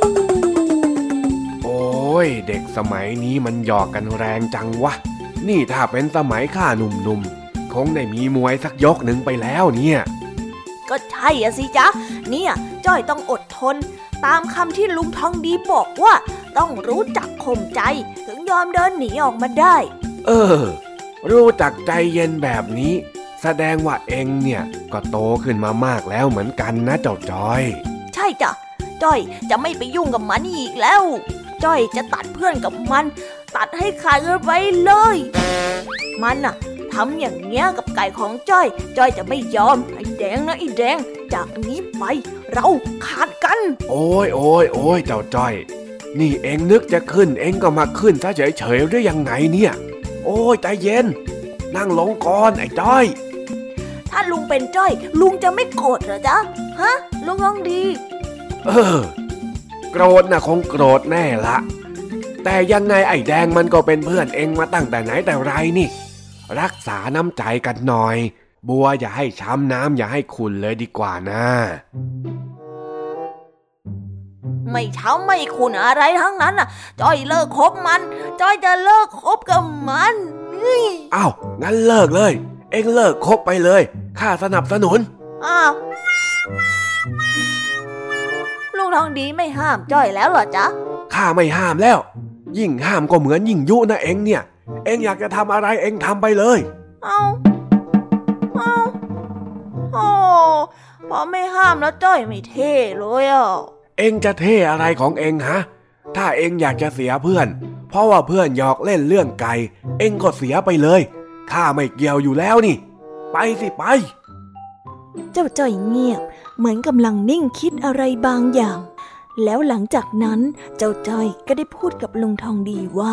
S4: โอ้ยเด็กสมัยนี้มันหยอกกันแรงจังวะนี่ถ้าเป็นสมัยข้าหนุ่มๆคงได้มีมวยสักยกหนึ่งไปแล้วเนี่ย
S3: ก็ใช่สิจ๊ะเนี่ยจ้อยต้องอดทนตามคำที่ลุงทองดีบอกว่าต้องรู้จักข่มใจถึงยอมเดินหนีออกมาได้
S4: รู้จักใจเย็นแบบนี้แสดงว่าเอ็งเนี่ยก็โตขึ้นมามากแล้วเหมือนกันนะเจ้าจ้อย
S3: ใช่จ้ะจ้อยจะไม่ไปยุ่งกับมันอีกแล้วจ้อยจะตัดเพื่อนกับมันตัดให้ขาดกันไปเลยมันทำอย่างเงี้ยกับไก่ของจ้อยจะไม่ยอมไอ้แดงนะไอ้แดงจากนี้ไปเราขาดกัน
S4: โอ้ยเจ้าจ้อยนี่เอ็งนึกจะขึ้นเอ็งก็มาขึ้นซะเฉยๆหรือยังไงเนี่ยโอ้ยใจเย็นนั่งลงก่อนไอ้จ้อย
S3: ถ้าลุงเป็นจ้อยลุงจะไม่โกรธเหรอจ๊ะฮะลุงลองดี
S4: โกรธนะคงโกรธแน่ละแต่ยังไงไอ้แดงมันก็เป็นเพื่อนเอ็งมาตั้งแต่ไหนแต่ไรนี่รักษาน้ำใจกันหน่อยบัวอย่าให้ช้ำน้ำอย่าให้ขุ่นเลยดีกว่านะ
S3: ไม่ช้ำไม่ขุ่นอะไรทั้งนั้นจ้อยเลิกคบมันจ้อยจะเลิกคบกับมัน
S4: งั้นเลิกเลยเอ็งเลิกคบไปเลยข้าสนับสนุน
S3: ลุงทองดีไม่ห้ามจ้อยแล้วเหรอจ๊ะ
S4: ข้าไม่ห้ามแล้วยิ่งห้ามก็เหมือนยิ่งยุนะเอ็งเนี่ยเอ็งอยากจะทำอะไรเอ็งทำไปเลย
S3: พอไม่ห้ามแล้วจ้อยไม่เท่เลย
S4: เอ็งจะเท่อะไรของเอ็งฮะถ้าเอ็งอยากจะเสียเพื่อนเพราะว่าเพื่อนหยอกเล่นเรื่องไก่เอ็งก็เสียไปเลยข้าไม่เกี่ยวอยู่แล้วนี่ไปสิไป
S1: เจ้าจ้อยเงียบเหมือนกำลังนิ่งคิดอะไรบางอย่างแล้วหลังจากนั้นเจ้าจ้อยก็ได้พูดกับลุงทองดีว่า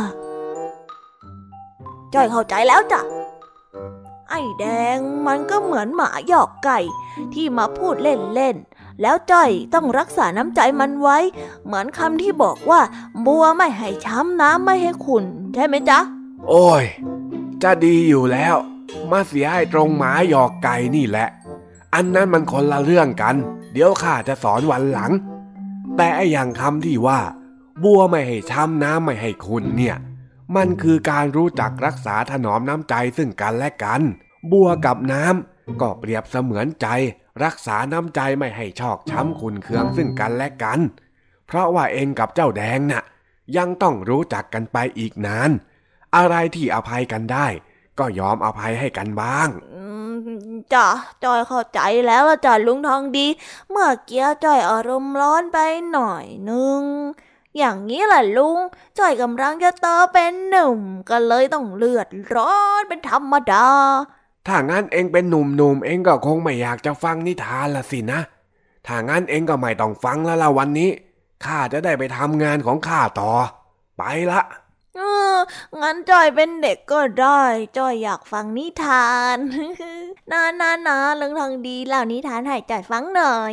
S3: จ้อยเข้าใจแล้วจ้ะไอ้แดงมันก็เหมือนหมาหยอกไก่ที่มาพูดเล่นๆแล้วจ้อยต้องรักษาน้ำใจมันไว้เหมือนคำที่บอกว่าบัวไม่ให้ช้ำน้ำไม่ให้ขุ่นใช่ไหมจ๊ะ
S4: โอ้ยจะดีอยู่แล้วมาเสียให้ตรงหมาหยอกไก่นี่แหละอันนั้นมันคนละเรื่องกันเดี๋ยวข้าจะสอนวันหลังแต่ไอ้อย่างคำที่ว่าบัวไม่ให้ช้ำน้ำไม่ให้ขุ่นเนี่ยมันคือการรู้จักรักษาถนอมน้ำใจซึ่งกันและกันบัวกับน้ำก็เปรียบเสมือนใจรักษาน้ำใจไม่ให้ชอกช้ำขุ่นเคืองซึ่งกันและกันเพเพราะว่าเองกับเจ้าแดงน่ะยังต้องรู้จักกันไปอีกนานอะไรที่อภัยกันได้ก็ยอมอภัยให้กันบ้าง
S3: จ้ะจ้อยเข้าใจแล้วล่ะจ้ะลุงทองดีเมื่อกี้จ้อยอารมณ์ร้อนไปหน่อยนึงอย่างนี้แหละลุงจ้อยกำลังจะโตเป็นหนุ่มก็เลยต้องเลือดร้อนเป็นธรรมดา
S4: ถ้างั้นเองเป็นหนุ่มเองก็คงไม่อยากจะฟังนิทานละสินะถ้างั้นเองก็ไม่ต้องฟังแล้วล่ะวันนี้ข้าจะได้ไปทำงานของข้าต่อไปละ
S3: งั้นจ้อยเป็นเด็กก็ได้จ้อยอยากฟังนิทาน นะลุงทองดีเล่านิทานให้จ้อยฟังหน่อย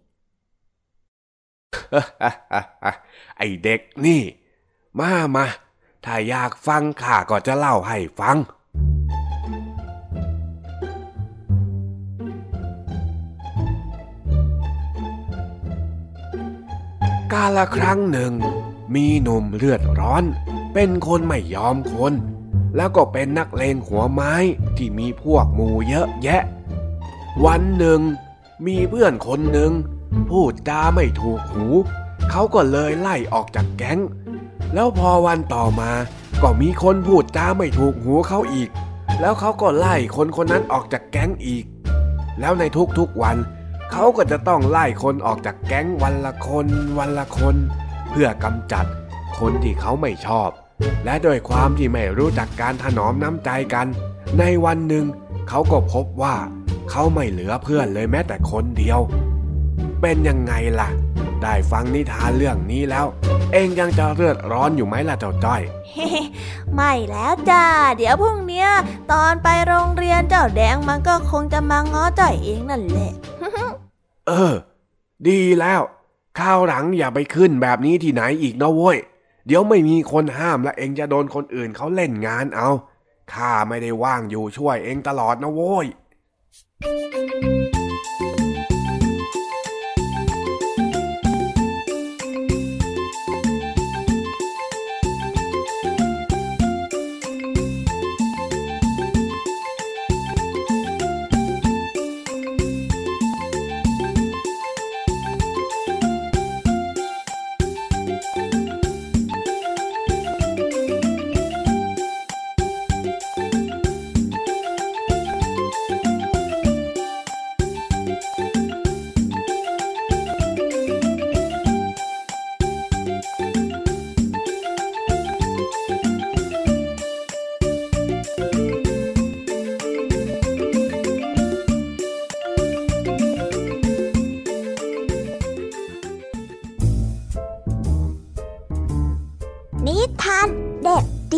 S4: ไอเด็กนี่มาถ้าอยากฟังข้าก็จะเล่าให้ฟังกาลครั้งหนึ่งมีหนุ่มเลือดร้อนเป็นคนไม่ยอมคนแล้วก็เป็นนักเลงหัวไม้ที่มีพวกหมู่เยอะแยะวันหนึ่งมีเพื่อนคนหนึ่งพูดจาไม่ถูกหูเขาก็เลยไล่ออกจากแก๊งแล้วพอวันต่อมาก็มีคนพูดจาไม่ถูกหูเขาอีกแล้วเขาก็ไล่คนนั้นออกจากแก๊งอีกแล้วในทุกๆวันเขาก็จะต้องไล่คนออกจากแก๊งวันละคนเพื่อกำจัดคนที่เขาไม่ชอบและด้วยความที่ไม่รู้จักการถนอมน้ำใจกันในวันหนึ่งเขาก็พบว่าเขาไม่เหลือเพื่อนเลยแม้แต่คนเดียวเป็นยังไงล่ะได้ฟังนิทานเรื่องนี้แล้วเองยังจะเลือดร้อนอยู่ไหมล่ะเจ้าจ้อย
S3: ไม่แล้วจ้าเดี๋ยวพรุ่งนี้ตอนไปโรงเรียนเจ้าแดงมันก็คงจะมาง้อจ้อยเองนั่นแหละ
S4: ดีแล้วคราวหลังอย่าไปขึ้นแบบนี้ที่ไหนอีกนะเว้ยเดี๋ยวไม่มีคนห้ามและเองจะโดนคนอื่นเขาเล่นงานเอาข้าไม่ได้ว่างอยู่ช่วยเองตลอดนะโว้ย
S3: นิทานเด็กดี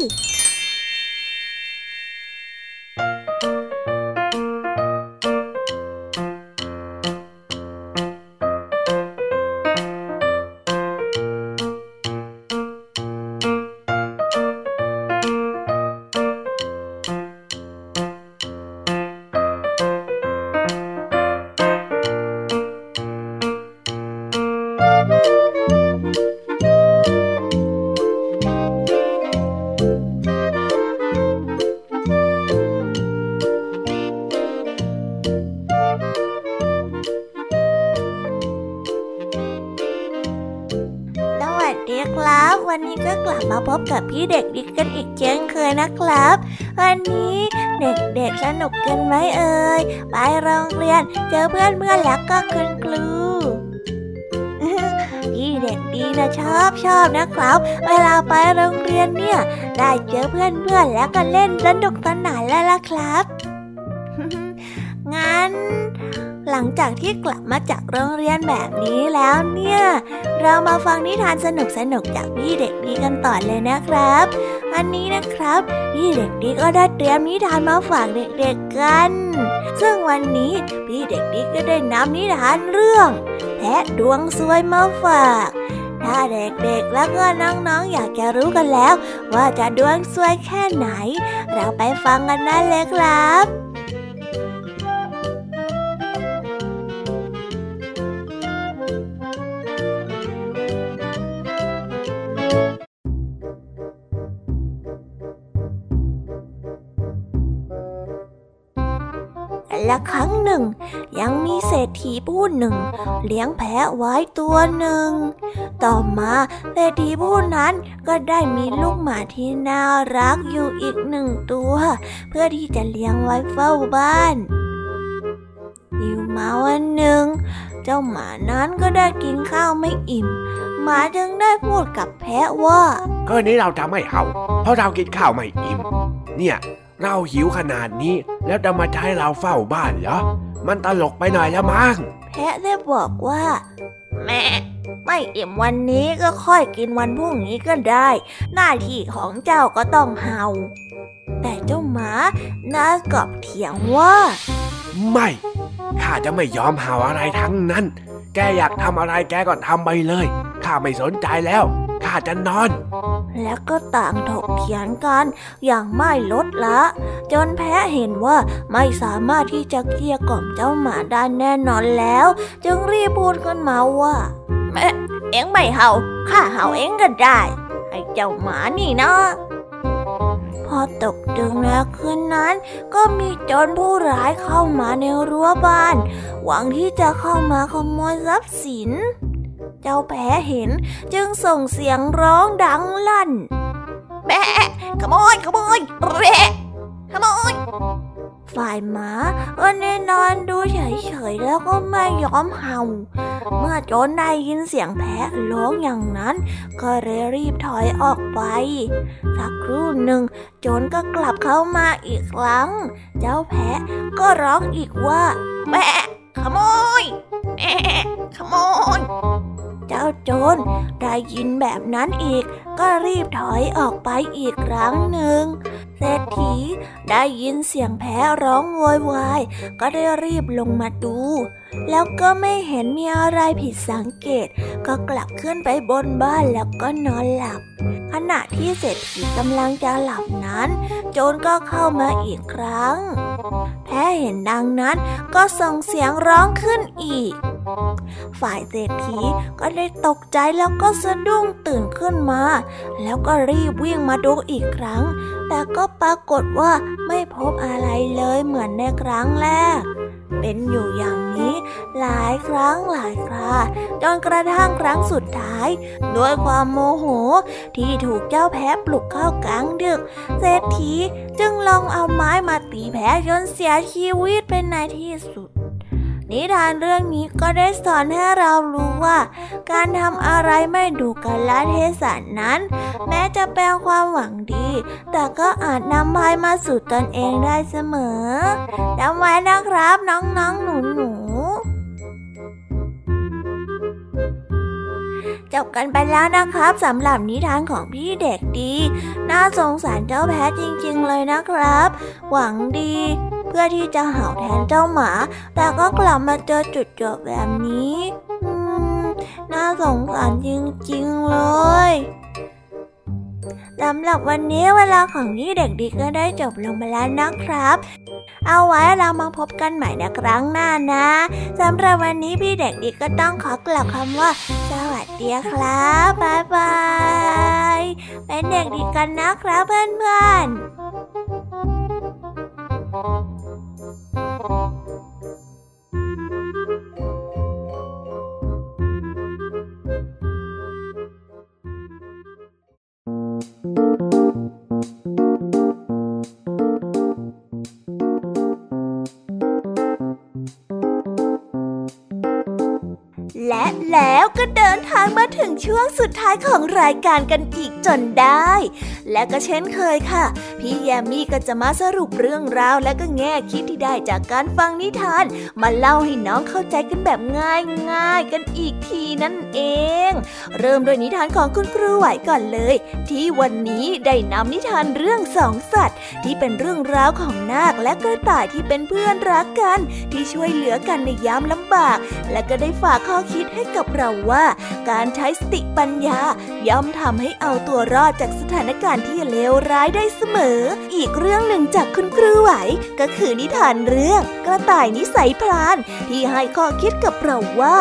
S3: ครับวันนี้ก็กลับมาพบกับพี่เด็กดีกันอีกเช่นเคยนะครับวันนี้เด็กๆสนุกกันไหมเอ่ยไปโรงเรียนเจอเพื่อนแล้วก็คุณครูพี่เด็กดีนะชอบนะครับเวลาไปโรงเรียนเนี่ยได้เจอเพื่อนแล้วก็เล่นสนุกสนานแล้วล่ะครับ งั้นหลังจากที่กลับมาจากโรงเรียนแบบนี้แล้วเนี่ยเรามาฟังนิทานสนุกจากพี่เด็กดีกันต่อเลยนะครับวันนี้นะครับพี่เด็กดีก็ได้เตรียมนิทานมาฝากเด็กๆกันซึ่งวันนี้พี่เด็กดีก็ได้นำนิทานเรื่องแพะดวงซวยมาฝากถ้าเด็กๆแล้วก็น้องๆอยากจะรู้กันแล้วว่าจะดวงซวยแค่ไหนเราไปฟังกันได้เลยครับละครั้งหนึ่งยังมีเศรษฐีผู้หนึ่งเลี้ยงแพะไว้ตัวหนึ่งต่อมาเศรษฐีผู้นั้นก็ได้มีลูกหมาที่น่ารักอยู่อีกหนึ่งตัวเพื่อที่จะเลี้ยงไว้เฝ้าบ้านอยู่มาวันหนึ่งเจ้าหมานั้นก็ได้กินข้าวไม่อิ่มหมาจึงได้พูดกับแพะว่า
S4: คืนนี้เราจะไม่เห่าเพราะเรากินข้าวไม่อิ่มเนี่ยเราหิวขนาดนี้แล้วจะมาใช้เราเฝ้าบ้านเหรอมันตลกไปหน่อยแล้วมั้ง
S3: แพะได้บอกว่าแม่ไม่อิ่มวันนี้ก็ค่อยกินวันพรุ่งนี้ก็ได้หน้าที่ของเจ้าก็ต้องเห่าแต่เจ้าหมาน่ากลับเถียงว่า
S4: ไม่ข้าจะไม่ยอมเห่าอะไรทั้งนั้นแกอยากทำอะไรแกก็ทำไปเลยข้าไม่สนใจแล้วข้าจะนอน
S3: แล้วก็ต่างถกเถียงกันอย่างไม่ลดละจนแพะเห็นว่าไม่สามารถที่จะเกลี้ยกล่อมเจ้าหมาได้แน่นอนแล้วจึงรีบพูดขึ้นมาว่าแม่เอ็งไม่เห่าข้าเห่าเอ็งก็ได้ให้เจ้าหมานี่นะพอตกดึกแล้วคืนนั้นก็มีโจรผู้ร้ายเข้ามาในรั้วบ้านหวังที่จะเข้ามาขโมยทรัพย์สินเจ้าแพะเห็นจึงส่งเสียงร้องดังลั่นแบะขโมยขโมยแบะขโมยฝ่ายหมาก็แน่นอนดูเฉยๆแล้วก็ไม่ยอมเห่าเมื่อโจรได้ยินเสียงแพะร้องอย่างนั้นก็เลยรีบถอยออกไปสักครู่หนึ่งโจรก็กลับเข้ามาอีกครั้งเจ้าแพะก็ร้องอีกว่าแบะขโมยแบะขโมยเจ้าโจรได้ยินแบบนั้นอีกก็รีบถอยออกไปอีกครั้งหนึ่งเศรษฐีได้ยินเสียงแพะร้องโวยวายก็ได้รีบลงมาดูแล้วก็ไม่เห็นมีอะไรผิดสังเกตก็กลับขึ้นไปบนบ้านแล้วก็นอนหลับขณะที่เศรษฐีกำลังจะหลับนั้นโจรก็เข้ามาอีกครั้งแพะเห็นดังนั้นก็ส่งเสียงร้องขึ้นอีกฝ่ายเศรษฐีก็ได้ตกใจแล้วก็สะดุ้งตื่นขึ้นมาแล้วก็รีบวิ่งมาดูอีกครั้งแต่ก็ปรากฏว่าไม่พบอะไรเลยเหมือนในครั้งแรกเป็นอยู่อย่างนี้หลายครั้งหลายคราจนกระทั่งครั้งสุดท้ายด้วยความโมโหที่ถูกเจ้าแพะปลุกเข้ากลางดึกเศรษฐีจึงลองเอาไม้มาตีแพะจนเสียชีวิตเป็นในที่สุดนิทานเรื่องนี้ก็ได้สอนให้เรารู้ว่าการทำอะไรไม่ดูกาลเทศะนั้นแม้จะเป็นความหวังดีแต่ก็อาจนำภัยมาสู่ตนเองได้เสมอจำไว้นะครับน้องๆหนูจบกันไปแล้วนะครับสำหรับนิทานของพี่เด็กดีน่าสงสารเจ้าแพะจริงๆเลยนะครับหวังดีเพื่อที่จะเห่าแทนเจ้าหมาแต่ก็กลับมาเจอจุดจบแบบนี้น่าสงสารจริงๆเลยสำหรับวันนี้เวลาของพี่เด็กดีก็ได้จบลงไปแล้วนะครับเอาไว้เรามาพบกันใหม่ในครั้งหน้านะสำหรับวันนี้พี่เด็กดีก็ต้องขอกล่าวคำว่าสวัสดีครับบ๊ายบายเป็นเด็กดีกันนะครับเพื่อนๆและแล้วก็เดินทางมาถึงช่วงสุดท้ายของรายการกันอีกจนได้และก็เช่นเคยค่ะพี่แยมมี่ก็จะมาสรุปเรื่องราวและก็แง่คิดที่ได้จากการฟังนิทานมาเล่าให้น้องเข้าใจกันแบบง่ายๆกันอีกทีนั่นเองเริ่มโดยนิทานของคุณครูไหวก่อนเลยที่วันนี้ได้นำนิทานเรื่องสองสัตว์ที่เป็นเรื่องราวของนาคและกระต่ายที่เป็นเพื่อนรักกันที่ช่วยเหลือกันในยามลำบากและก็ได้ฝากข้อคิดให้กับเราว่าการใช้สติปัญญาย่อมทำให้เอาตัวรอดจากสถานการณ์ที่เลวร้ายได้เสมออีกเรื่องหนึ่งจากคุณครูไหวก็คือนิทานเรื่องกระต่ายนิสัยพลานที่ให้ข้อคิดกับเราว่า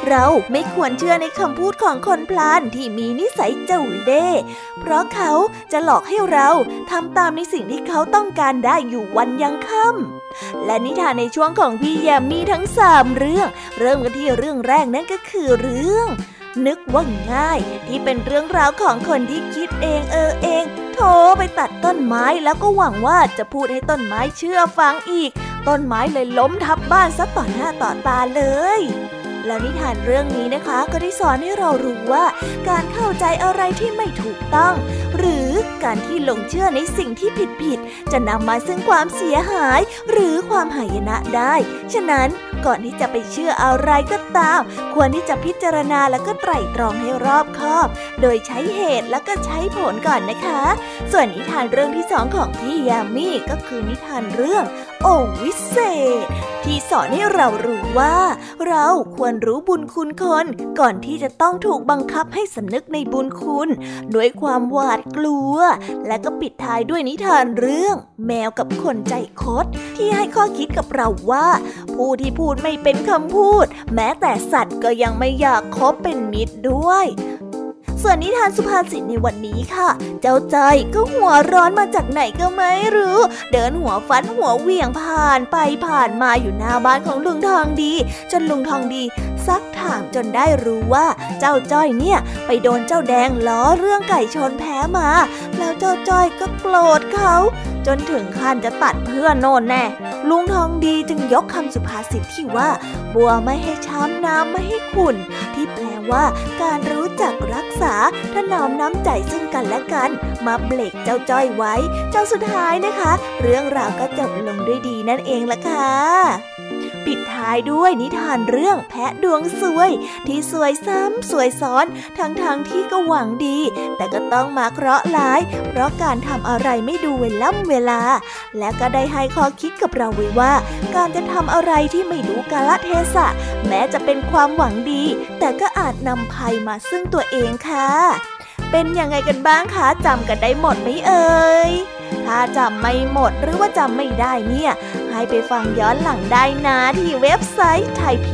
S3: เราไม่ควรเชื่อในคำพูดของคนพลันที่มีนิสัยเจ้าเล่ห์เพราะเขาจะหลอกให้เราทำตามในสิ่งที่เขาต้องการได้อยู่วันยังค่ำและนิทานในช่วงของพี่แยมมีทั้ง3เรื่องเริ่มกันที่เรื่องแรกนั่นก็คือเรื่องนึกว่าง่ายที่เป็นเรื่องราวของคนที่คิดเองโถไปตัดต้นไม้แล้วก็หวังว่าจะพูดให้ต้นไม้เชื่อฟังอีกต้นไม้เลยล้มทับบ้านซะต่อหน้าต่อตาเลยแล้วนิทานเรื่องนี้นะคะก็ได้สอนให้เรารู้ว่าการเข้าใจอะไรที่ไม่ถูกต้องหรือการที่หลงเชื่อในสิ่งที่ผิดจะนำมาซึ่งความเสียหายหรือความหายนะได้ฉะนั้นก่อนที่จะไปเชื่ออะไรก็ตามควรที่จะพิจารณาแล้วก็ไตร่ตรองให้รอบคอบโดยใช้เหตุแล้วก็ใช้ผลก่อนนะคะส่วนนิทานเรื่องที่2ของพี่ยามีก็คือนิทานเรื่องโอวิเศษที่สอนให้เรารู้ว่าเราควรรู้บุญคุณคนก่อนที่จะต้องถูกบังคับให้สำนึกในบุญคุณด้วยความหวาดกลัวและก็ปิดท้ายด้วยนิทานเรื่องแมวกับคนใจคดที่ให้ข้อคิดกับเราว่าผู้ที่พูดไม่เป็นคำพูดแม้แต่สัตว์ก็ยังไม่อยากคบเป็นมิตรด้วยส่วนนิทานสุภาษิตในวันนี้ค่ะเจ้าจ้อยก็หัวร้อนมาจากไหนก็ไม่รู้เดินหัวฟันหัวเหวี่ยงผ่านไปผ่านมาอยู่หน้าบ้านของลุงทองดีจนลุงทองดีซักถามจนได้รู้ว่าเจ้าจ้อยเนี่ยไปโดนเจ้าแดงล้อเรื่องไก่ชนแพ้มาแล้วเจ้าจ้อยก็โกรธเขาจนถึงขั้นจะตัดเพื่อนโน่นแน่ลุงทองดีจึงยกคำสุภาษิตที่ว่าบัวไม่ให้ช้ำน้ำไม่ให้ขุ่นที่แปลว่าการรู้จักรักษาถนอมน้ำใจซึ่งกันและกันมาเบรกเจ้าจ้อยไว้จนสุดท้ายนะคะเรื่องราวก็จบลงด้วยดีนั่นเองล่ะค่ะปิดท้ายด้วยนิทานเรื่องแพะดวงซวยที่ซวยซ้ำซวยซ้อนทั้งที่ก็หวังดีแต่ก็ต้องมาเคราะห์ร้ายเพราะการทำอะไรไม่ดูเวลาและก็ได้ให้ข้อคิดกับเราไว้ว่าการจะทำอะไรที่ไม่ดูกาลเทศะแม้จะเป็นความหวังดีแต่ก็อาจนำภัยมาซึ่งตัวเองค่ะเป็นยังไงกันบ้างคะจำกันได้หมดไหมเอ่ยถ้าจำไม่หมดหรือว่าจำไม่ได้เนี่ยให้ไปฟังย้อนหลังได้นะที่เว็บไซต์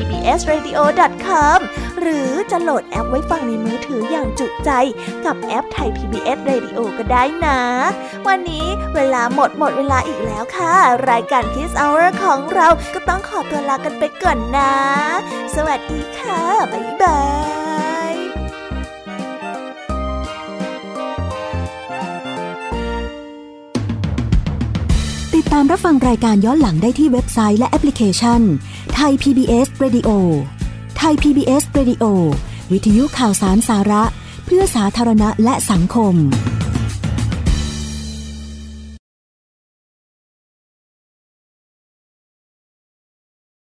S3: thaipbsradio.com หรือจะโหลดแอปไว้ฟังในมือถืออย่างจุใจกับแอป Thai PBS Radio ก็ได้นะวันนี้เวลาหมดเวลาอีกแล้วค่ะรายการ Kids Hour ของเราก็ต้องขอตัวลากันไปก่อนนะสวัสดีค่ะบ๊ายบาย
S5: ติดตามรับฟังรายการย้อนหลังได้ที่เว็บไซต์และแอปพลิเคชัน Thai PBS Radio Thai PBS Radio วิทยุข่าวสารสาระเพื่อสาธารณะและสังคม